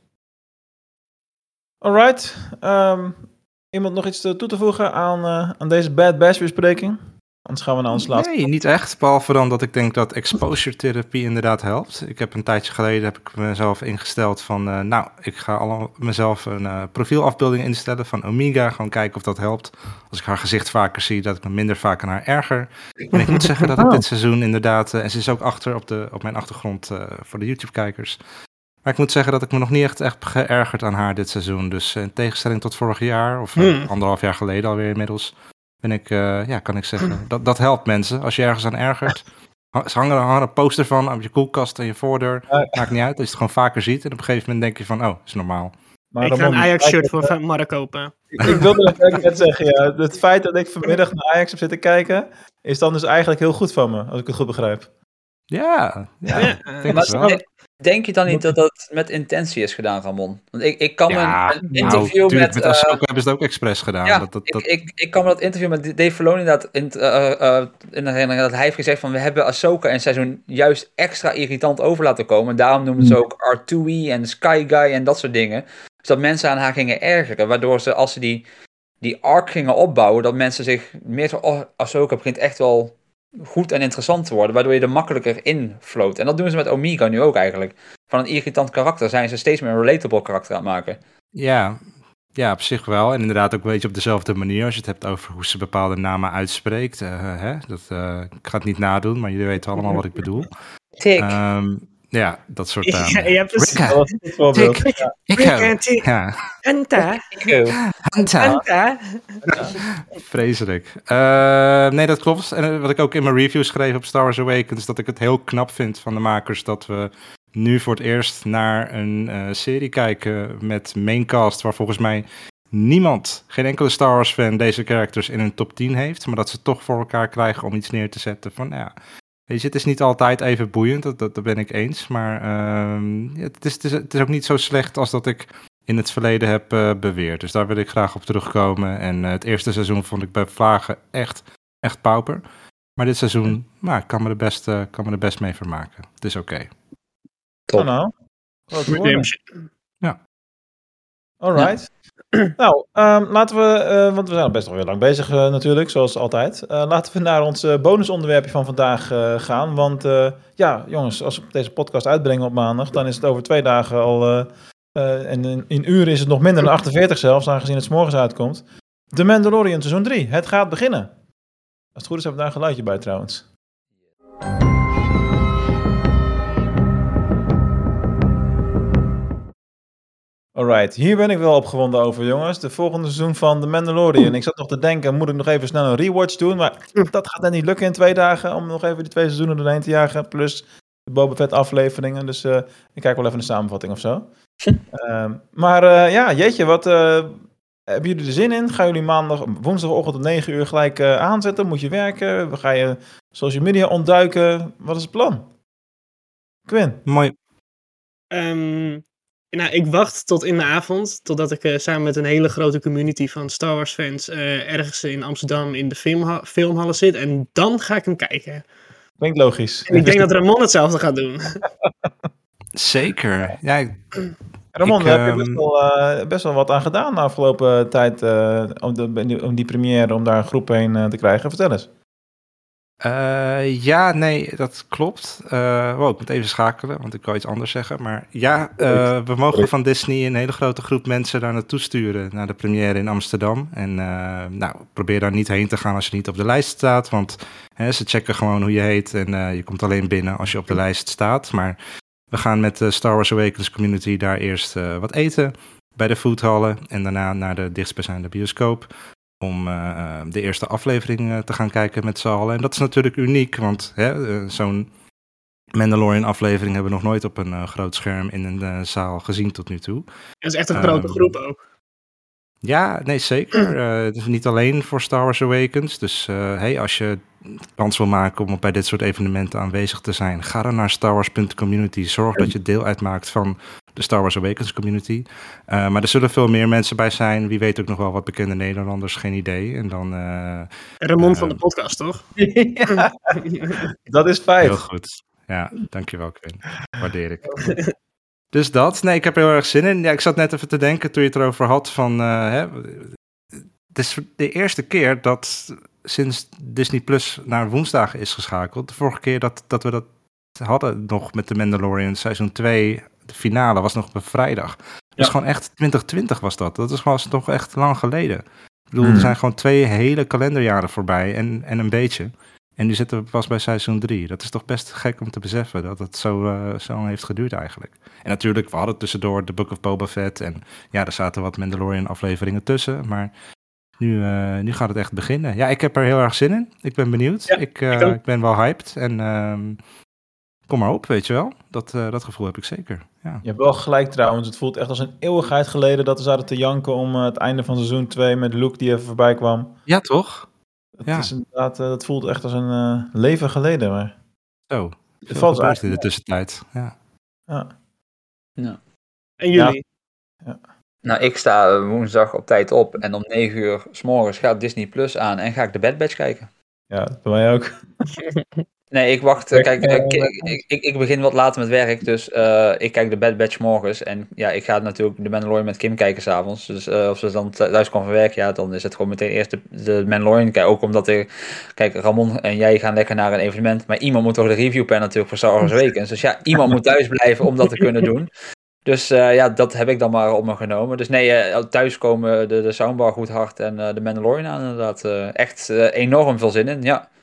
Alright. Um, iemand nog iets toe te voegen aan, uh, aan deze Bad Batch bespreking? Anders gaan we naar ons laatste. Nee, niet echt. Behalve dan dat ik denk dat exposure therapie inderdaad helpt. Ik heb een tijdje geleden heb ik mezelf ingesteld van... Uh, nou, ik ga al mezelf een uh, profielafbeelding instellen van Omega. Gewoon kijken of dat helpt. Als ik haar gezicht vaker zie, dat ik me minder vaak aan haar erger. En ik moet zeggen dat ik dit seizoen inderdaad... Uh, en ze is ook achter op, de, op mijn achtergrond uh, voor de YouTube-kijkers. Maar ik moet zeggen dat ik me nog niet echt, echt geërgerd aan haar dit seizoen. Dus in tegenstelling tot vorig jaar, of uh, anderhalf jaar geleden alweer inmiddels... Ben ik, uh, ja, kan ik zeggen, dat, dat helpt mensen. Als je ergens aan ergert, hang er, hang er een poster van op je koelkast en je voordeur. Maakt niet uit, als je het gewoon vaker ziet. En op een gegeven moment denk je van, oh, is normaal. Maar ik ga een Ajax-shirt voor Mark kopen. Ik, ik wilde het net zeggen, ja. Het feit dat ik vanmiddag naar Ajax heb zitten kijken, is dan dus eigenlijk heel goed van me, als ik het goed begrijp. Ja, ja, ja. Denk maar wel. Denk je dan niet dat dat met intentie is gedaan, Ramon? Want ik, ik kan ja, me een interview nou, met... met... met Ahsoka uh, hebben ze het ook expres gedaan. Ja, dat, dat, ik, dat... Ik, ik kan me dat interview met Dave Filoni inderdaad in, uh, uh, in herinneren dat hij heeft gezegd van we hebben Ahsoka in seizoen juist extra irritant over laten komen. Daarom noemen ze ook R twee E en Sky Guy en dat soort dingen. Dus dat mensen aan haar gingen ergeren. Waardoor ze, als ze die, die arc gingen opbouwen, dat mensen zich meer zo... Oh, Ahsoka begint echt wel goed en interessant te worden. Waardoor je er makkelijker in float. En dat doen ze met Omega nu ook eigenlijk. Van een irritant karakter zijn ze steeds meer een relatable karakter aan het maken. Ja, ja, op zich wel. En inderdaad ook een beetje op dezelfde manier als je het hebt over hoe ze bepaalde namen uitspreekt. Uh, hè? Dat, uh, ik ga het niet nadoen, maar jullie weten allemaal wat ik bedoel. Tik. Um, ja, dat soort namen. Ja, je hebt dus... Tik. Tik. Ja. Anta. Anta. Anta. Vreselijk. Uh, nee, dat klopt. En wat ik ook in mijn review schreef op Star Wars Awakens, is dat ik het heel knap vind van de makers dat we nu voor het eerst naar een uh, serie kijken met maincast waar volgens mij niemand, geen enkele Star Wars fan deze characters in een top tien heeft, maar dat ze toch voor elkaar krijgen om iets neer te zetten van, ja, weet je, het is niet altijd even boeiend, dat, dat, dat ben ik eens, maar uh, ja, het, is, het, is, het is ook niet zo slecht als dat ik in het verleden heb uh, beweerd. Dus daar wil ik graag op terugkomen. En uh, het eerste seizoen vond ik bij Vlagen echt, echt pauper. Maar dit seizoen, nou, ik kan me er best, uh, kan me er best mee vermaken. Het is oké. Okay. Top. Nou, nou. Ja. Alright. Ja. Nou, um, laten we, uh, want we zijn al best wel weer lang bezig uh, natuurlijk, zoals altijd. Uh, laten we naar ons uh, bonusonderwerpje van vandaag uh, gaan. Want uh, ja, jongens, als we deze podcast uitbrengen op maandag, dan is het over twee dagen al... Uh, Uh, en in, in uren is het nog minder dan achtenveertig zelfs, aangezien het 's morgens uitkomt. The Mandalorian seizoen drie. Het gaat beginnen. Als het goed is, hebben we daar een geluidje bij trouwens. Alright, hier ben ik wel opgewonden over, jongens. De volgende seizoen van The Mandalorian. Ik zat nog te denken, moet ik nog even snel een rewatch doen? Maar dat gaat dan niet lukken in twee dagen, om nog even die twee seizoenen erheen te jagen. Plus de Boba Fett afleveringen. Dus uh, ik kijk wel even de samenvatting of zo. uh, maar uh, ja, jeetje, wat uh, hebben jullie er zin in? Gaan jullie maandag, woensdagochtend om negen uur gelijk uh, aanzetten? Moet je werken? Ga je social media ontduiken? Wat is het plan? Quinn? Mooi. Um, nou, ik wacht tot in de avond, totdat ik uh, samen met een hele grote community van Star Wars fans uh, ergens in Amsterdam in de filmha- filmhallen zit. En dan ga ik hem kijken. Klinkt logisch. En ik denk dat Ramon hetzelfde gaat doen. Zeker. Ja, ik, Ramon, daar heb je best wel, uh, best wel wat aan gedaan de afgelopen tijd uh, om, de, om die première, om daar een groep heen uh, te krijgen. Vertel eens. Uh, ja, nee, dat klopt. Uh, wow, ik moet even schakelen, want ik wil iets anders zeggen. Maar ja, uh, we mogen van Disney een hele grote groep mensen daar naartoe sturen, naar de première in Amsterdam. En uh, nou, probeer daar niet heen te gaan als je niet op de lijst staat, want hè, ze checken gewoon hoe je heet en uh, je komt alleen binnen als je op de lijst staat. Maar we gaan met de Star Wars Awakens community daar eerst uh, wat eten bij de foodhallen en daarna naar de dichtstbijzijnde bioscoop om uh, de eerste aflevering uh, te gaan kijken met z'n allen. En dat is natuurlijk uniek, want hè, uh, zo'n Mandalorian aflevering hebben we nog nooit op een uh, groot scherm in een uh, zaal gezien tot nu toe. Dat is echt een grote um, groep ook. Ja, nee, zeker. Uh, het is niet alleen voor Star Wars Awakens. Dus uh, hey, als je kans wil maken om bij dit soort evenementen aanwezig te zijn, ga dan naar star wars punt community. Zorg dat je deel uitmaakt van de Star Wars Awakens community. Uh, maar er zullen veel meer mensen bij zijn. Wie weet ook nog wel wat bekende Nederlanders, geen idee. En dan... Uh, Ramon uh, van de podcast, toch? Ja, dat is feit. Heel goed. Ja, dankjewel, Quinn. Waardeer ik. Dus dat. Nee, ik heb er heel erg zin in. Ja, ik zat net even te denken toen je het erover had van... Uh, hè, het is de eerste keer dat sinds Disney Plus naar woensdagen is geschakeld. De vorige keer dat, dat we dat hadden nog met The Mandalorian seizoen twee, de finale, was nog op een vrijdag. Dat is ja. gewoon echt twintig twintig was dat. Dat is was toch echt lang geleden. Ik bedoel, hmm. er zijn gewoon twee hele kalenderjaren voorbij en, en een beetje. En nu zitten we pas bij seizoen drie. Dat is toch best gek om te beseffen dat het zo, uh, zo lang heeft geduurd eigenlijk. En natuurlijk, we hadden tussendoor The Book of Boba Fett. En ja, er zaten wat Mandalorian afleveringen tussen. Maar nu, uh, nu gaat het echt beginnen. Ja, ik heb er heel erg zin in. Ik ben benieuwd. Ja, ik, uh, ik, ik ben wel hyped. En uh, kom maar op, weet je wel. Dat, uh, dat gevoel heb ik zeker. Ja. Je hebt wel gelijk trouwens. Het voelt echt als een eeuwigheid geleden dat we zaten te janken om uh, het einde van seizoen twee met Luke die even voorbij kwam. Ja, toch? Het ja. is inderdaad, uh, dat voelt echt als een uh, leven geleden. Maar... Zo, het valt eigenlijk in de tussentijd. Ja. Ja. Ja. En jullie? Ja. Ja. Nou, ik sta woensdag op tijd op en om negen uur 's morgens gaat Disney Plus aan en ga ik de Bad Batch kijken. Ja, bij mij ook. Nee, ik wacht. Kijk, ik, ik, ik, ik begin wat later met werk, dus uh, ik kijk de Bad Batch morgens. En ja, ik ga natuurlijk de Mandalorian met Kim kijken s'avonds. Dus uh, als ze dan thuis komen van werk, ja, dan is het gewoon meteen eerst de, de Mandalorian kijken. Ook omdat ik, kijk, Ramon en jij gaan lekker naar een evenement, maar iemand moet toch de review pen natuurlijk voor Star Wars Awakens. Dus ja, iemand moet thuis blijven om dat te kunnen doen. Dus uh, ja, dat heb ik dan maar op me genomen. Dus nee, uh, thuis komen de, de soundbar goed hard en uh, de Mandalorian aan inderdaad. Uh, echt uh, enorm veel zin in, ja.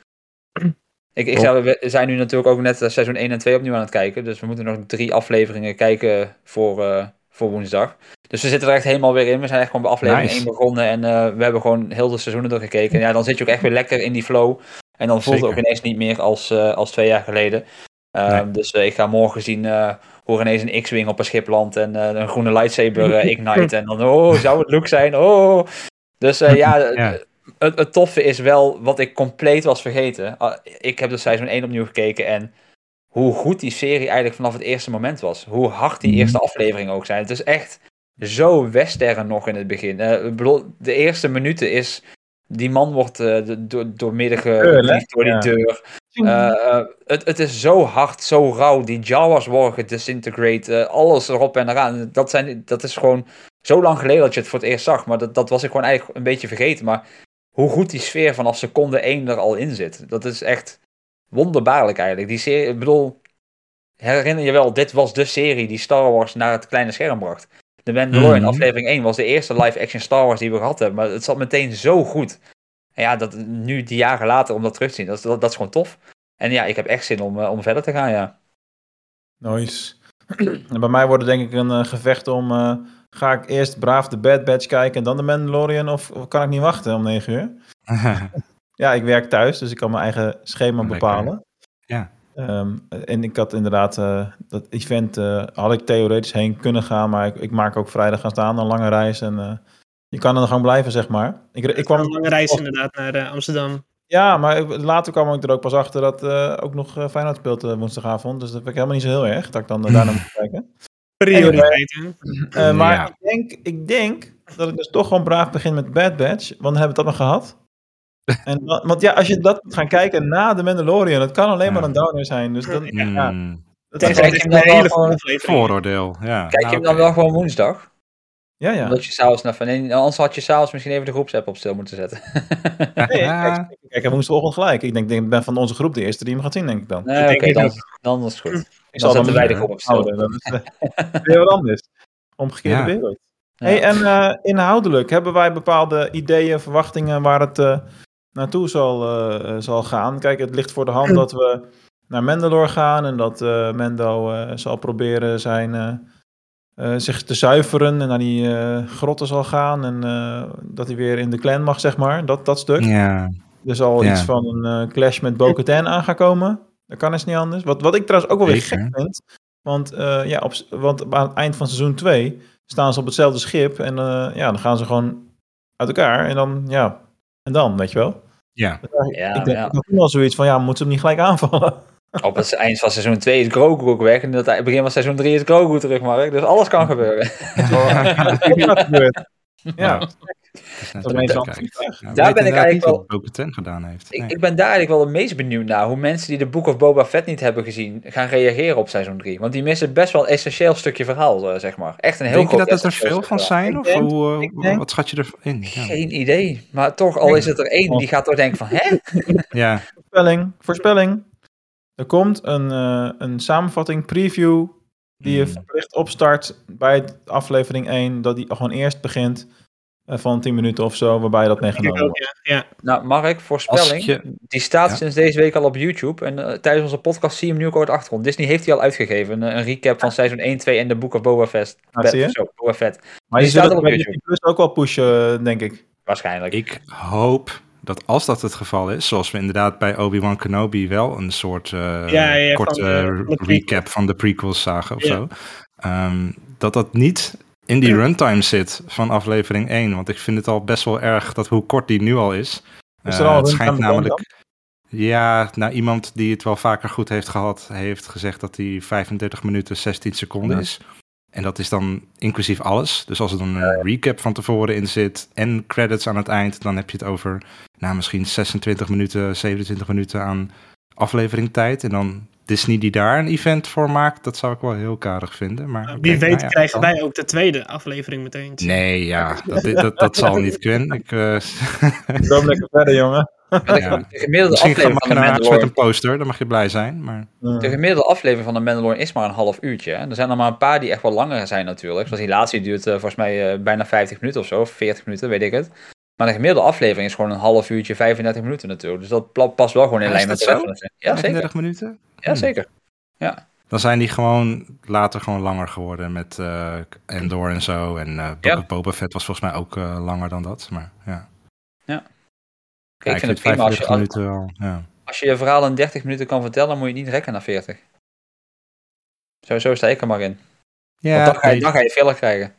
Ik, ik zou, we zijn nu natuurlijk ook net seizoen één en twee opnieuw aan het kijken. Dus we moeten nog drie afleveringen kijken voor, uh, voor woensdag. Dus we zitten er echt helemaal weer in. We zijn echt gewoon bij aflevering nice. één begonnen. En uh, we hebben gewoon heel de seizoenen doorgekeken. En ja, dan zit je ook echt weer lekker in die flow. En dan voelt Zeker. het ook ineens niet meer als, uh, als twee jaar geleden. Uh, nee. Dus uh, ik ga morgen zien uh, hoe ineens een X-Wing op een schip landt. En uh, een groene lightsaber uh, ignite. En dan, oh, zou het Luke zijn? Oh. Dus uh, ja... ja. Het, het toffe is wel wat ik compleet was vergeten. Uh, ik heb dus seizoen één opnieuw gekeken en hoe goed die serie eigenlijk vanaf het eerste moment was. Hoe hard die eerste afleveringen ook zijn. Het is echt zo western nog in het begin. Uh, ik bedoel, de eerste minuten is... Die man wordt uh, door, door midden gevliegd door die ja. deur. Uh, uh, het, het is zo hard, zo rauw. Die Jawas worden gedisintegrate. Uh, alles erop en eraan. Dat, zijn, dat is gewoon zo lang geleden dat je het voor het eerst zag. Maar dat, dat was ik gewoon eigenlijk een beetje vergeten. Maar hoe goed die sfeer vanaf seconde één er al in zit. Dat is echt wonderbaarlijk eigenlijk. Die serie, ik bedoel, herinner je wel, dit was de serie die Star Wars naar het kleine scherm bracht. De Mandalorian mm-hmm. aflevering één was de eerste live-action Star Wars die we gehad hebben. Maar het zat meteen zo goed. En ja, dat, nu die jaren later om dat terug te zien, dat, dat, dat is gewoon tof. En ja, ik heb echt zin om, uh, om verder te gaan, ja. Nice. En bij mij wordt het denk ik een uh, gevecht om... Uh, ga ik eerst braaf de Bad Batch kijken en dan de Mandalorian? Of, of kan ik niet wachten om negen uur? Ja, ik werk thuis, dus ik kan mijn eigen schema Lekker. bepalen. Ja. Um, en ik had inderdaad, uh, dat event uh, had ik theoretisch heen kunnen gaan, maar ik, ik maak ook vrijdag gaan staan, een lange reis. En uh, je kan er gewoon blijven, zeg maar. Ik, ik kwam een lange reis inderdaad naar uh, Amsterdam. Ja, maar later kwam ik er ook pas achter dat uh, ook nog uh, Feyenoord speelt uh, woensdagavond. Dus dat vind ik helemaal niet zo heel erg, dat ik dan uh, daarna moet kijken. Prioriteiten. Uh, maar ja. ik, denk, ik denk dat ik dus toch gewoon braaf begin met Bad Batch, want dan hebben we dat nog gehad. En, want ja, als je dat moet gaan kijken na de Mandalorian, dat kan alleen ja. maar een downer zijn. Dus dan, mm. ja, dat is kijk je hem dan wel hele gewoon vooroordeel. Ja. Kijk je hem dan wel gewoon woensdag? Ja, ja. Omdat je s'avonds naar van anders had je s'avonds misschien even de groepsapp op stil moeten zetten. Nee, kijk, ik heb woensdagochtend gelijk. Ik denk, ik ben van onze groep de eerste die hem gaat zien, denk ik dan. Nee, oké, okay, dan, dan is het goed. Ik dan zetten wij de groep op stil. Dat is uh, weer wat anders. Omgekeerde ja. wereld. Ja. Hey, en uh, inhoudelijk, hebben wij bepaalde ideeën, verwachtingen waar het uh, naartoe zal, uh, zal gaan? Kijk, het ligt voor de hand dat we naar Mandalore gaan en dat uh, Mendo uh, zal proberen zijn... Uh, Uh, zich te zuiveren en naar die uh, grotten zal gaan en uh, dat hij weer in de clan mag, zeg maar, dat, dat stuk. Ja. Er zal ja. iets van een uh, clash met Bo-Katan aan gaan komen. Dat kan eens niet anders. Wat, wat ik trouwens ook wel weer gek vind, want, uh, ja, op, want aan het eind van seizoen twee staan ze op hetzelfde schip en uh, ja, dan gaan ze gewoon uit elkaar. En dan, ja, en dan, weet je wel. Ja. Ja, ik denk ja. ik had toen al zoiets van, ja, moeten ze hem niet gelijk aanvallen? Op het eind van seizoen twee is Grogu ook weg. En het begin van seizoen drie is Grogu terug, Mark. Dus alles kan gebeuren. Dat gebeurt. Ja. Dat Dat is is net wel- kijken. Ja, Daar weet ben ik inderdaad eigenlijk niet wel- wat Bo-Katan gedaan heeft. Ik, Nee. ik ben daar eigenlijk wel het meest benieuwd naar. Hoe mensen die de Book of Boba Fett niet hebben gezien, gaan reageren op seizoen drie. Want die missen best wel een essentieel stukje verhaal, eh, zeg maar. Echt een heel Denk je groot dat het er essentieel veel van stukje zijn? Ik Of denk- hoe, eh, ik denk- wat schat je erin? Ja. Geen idee. Maar toch, al is het er één, die gaat toch denken van, hè? ja, Voorspelling, voorspelling. Er komt een, eh, een samenvatting, preview, die je Hmm. verplicht opstart bij aflevering één, dat die gewoon eerst begint eh, van tien minuten of zo, waarbij dat Ik denk meegenomen ook, wordt. ja. ja. Nou, Mark, voorspelling. Als je- Die staat Ja. sinds deze week al op YouTube. En eh, tijdens onze podcast zie je hem nu ook op de achtergrond. Disney heeft die al uitgegeven. Een, een recap van seizoen één, twee en de Book of Boba Fett. Ah, zie je? Zo, Boba Fett. Maar Die je staat zult al het op bij YouTube. Disney Plus ook wel pushen, denk ik. Waarschijnlijk. ik hoop dat als dat het geval is, zoals we inderdaad bij Obi-Wan Kenobi wel een soort eh, Ja, ja, korte van de- van de prequels. recap van de prequels zagen of Ja. zo. Ehm, dat dat niet in die runtime zit van aflevering één. Want ik vind het al best wel erg dat hoe kort die nu al is. Is er Eh, al een het schijnt runtime bekend namelijk. Ja, nou iemand die het wel vaker goed heeft gehad, heeft gezegd dat die vijfendertig minuten zestien seconden Ja. is. En dat is dan inclusief alles. Dus als er dan een recap van tevoren in zit en credits aan het eind, dan heb je het over nou, misschien zesentwintig minuten, zevenentwintig minuten aan afleveringtijd. En dan Disney die daar een event voor maakt, dat zou ik wel heel karig vinden. Maar, Wie oké, weet nou ja, krijgen dan. wij ook de tweede aflevering meteen. Nee, ja, dat, dat, dat zal niet kunnen. Ik, eh, Loop lekker verder, jongen. Maar de, ja. de gemiddelde Misschien aflevering mag van je de naar huis met Mandalorian... een poster, dan mag je blij zijn. Maar De gemiddelde aflevering van de Mandalorian is maar een half uurtje. Hè? Er zijn er maar een paar die echt wel langer zijn natuurlijk. Zoals die laatste die duurt uh, volgens mij uh, bijna vijftig minuten of zo. Of veertig minuten, weet ik het. Maar de gemiddelde aflevering is gewoon een half uurtje, vijfendertig minuten natuurlijk. Dus dat past wel gewoon in Ja, lijn is met de dat rest zo? van de serie. Ja, zeker. vijfendertig minuten? Ja, zeker. Ja. Dan zijn die gewoon later gewoon langer geworden met uh, Endor en zo. En uh, Book Ja. of Boba Fett was volgens mij ook uh, langer dan dat. Maar ja. Ja. Ja, ik vind het prima als je, vijfendertig als, minuten wel, ja. als je je verhaal in dertig minuten kan vertellen, dan moet je het niet rekken naar veertig. Zo, zo sta ik er maar in. Ja, Want dan ga je, nee, dan ga je filler krijgen.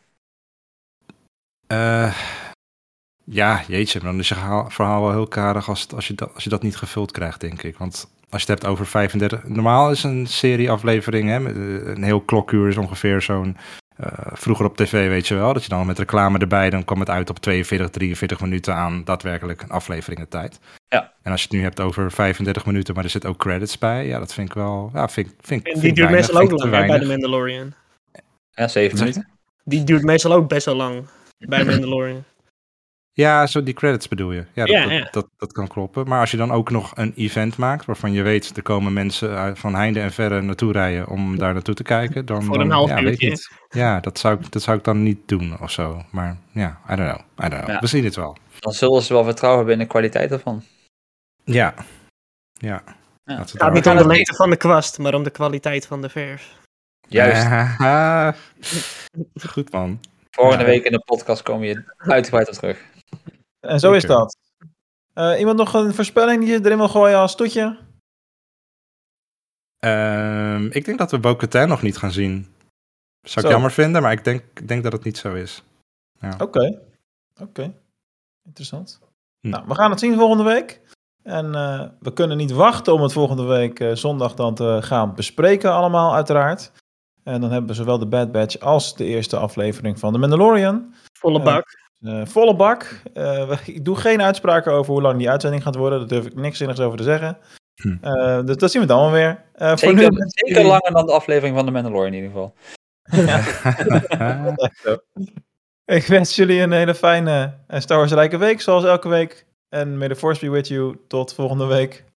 uh, ja, jeetje, dan is je verhaal, verhaal wel heel karig als, het, als, je dat, als je dat niet gevuld krijgt, denk ik. Want als je het hebt over vijfendertig... Normaal is een serieaflevering, hè, met, uh, een heel klokuur is ongeveer zo'n... Uh, vroeger op tv, weet je wel, dat je dan met reclame erbij, dan kwam het uit op tweeënveertig, drieënveertig minuten aan daadwerkelijk een aflevering de tijd. Ja. En als je het nu hebt over vijfendertig minuten, maar er zit ook credits bij, ja, dat vind ik wel, ja, vind, vind, En vind die ik duurt weinig, meestal ook vind ik te lang hè, bij de weinig. Mandalorian. Ja, zeven Wat zeg minuten. Die duurt meestal ook best wel lang bij Mandalorian. Ja, zo die credits bedoel je. Ja, dat, Ja, dat, ja. Dat, dat, dat kan kloppen. Maar als je dan ook nog een event maakt, waarvan je weet, er komen mensen uit- van heinde en verre naartoe rijden om daar naartoe te kijken, dan, Voor dan een half ja, weet uurtje. ik niet. Ja, dat zou, ik, dat zou ik dan niet doen of zo. Maar ja, I don't know. I don't know. Ja. We zien het wel. Dan zullen ze wel vertrouwen hebben in de kwaliteit ervan. Ja. Ja. Ja. Laten we Het daar gaat niet maar- om de lengte van de kwast, maar om de kwaliteit van de verf. Juist. Ah, goed man. Volgende Ja. week in de podcast komen we hier uitgebreid op terug. En zo is Zeker. dat. Uh, iemand nog een voorspelling die je erin wil gooien als toetje? Um, ik denk dat we Bo-Katan nog niet gaan zien. Zou Zo. ik jammer vinden, maar ik denk, ik denk dat het niet zo is. Ja. Oké. Okay. Oké. Okay. Interessant. Hm. Nou, we gaan het zien volgende week. En uh, we kunnen niet wachten om het volgende week uh, zondag dan te gaan bespreken allemaal uiteraard. En dan hebben we zowel de Bad Batch als de eerste aflevering van The Mandalorian. Volle bak. Uh, uh, volle bak. Uh, ik doe geen uitspraken over hoe lang die uitzending gaat worden. Daar durf ik niks zinnigs over te zeggen. Hm. Uh, dus dat zien we dan wel weer. Uh, Zeker, voor nu... zeker langer dan de aflevering van The Mandalorian in ieder geval. Ja. Ik wens jullie een hele fijne en Star Wars rijke week, zoals elke week. En may the force be with you. Tot volgende week.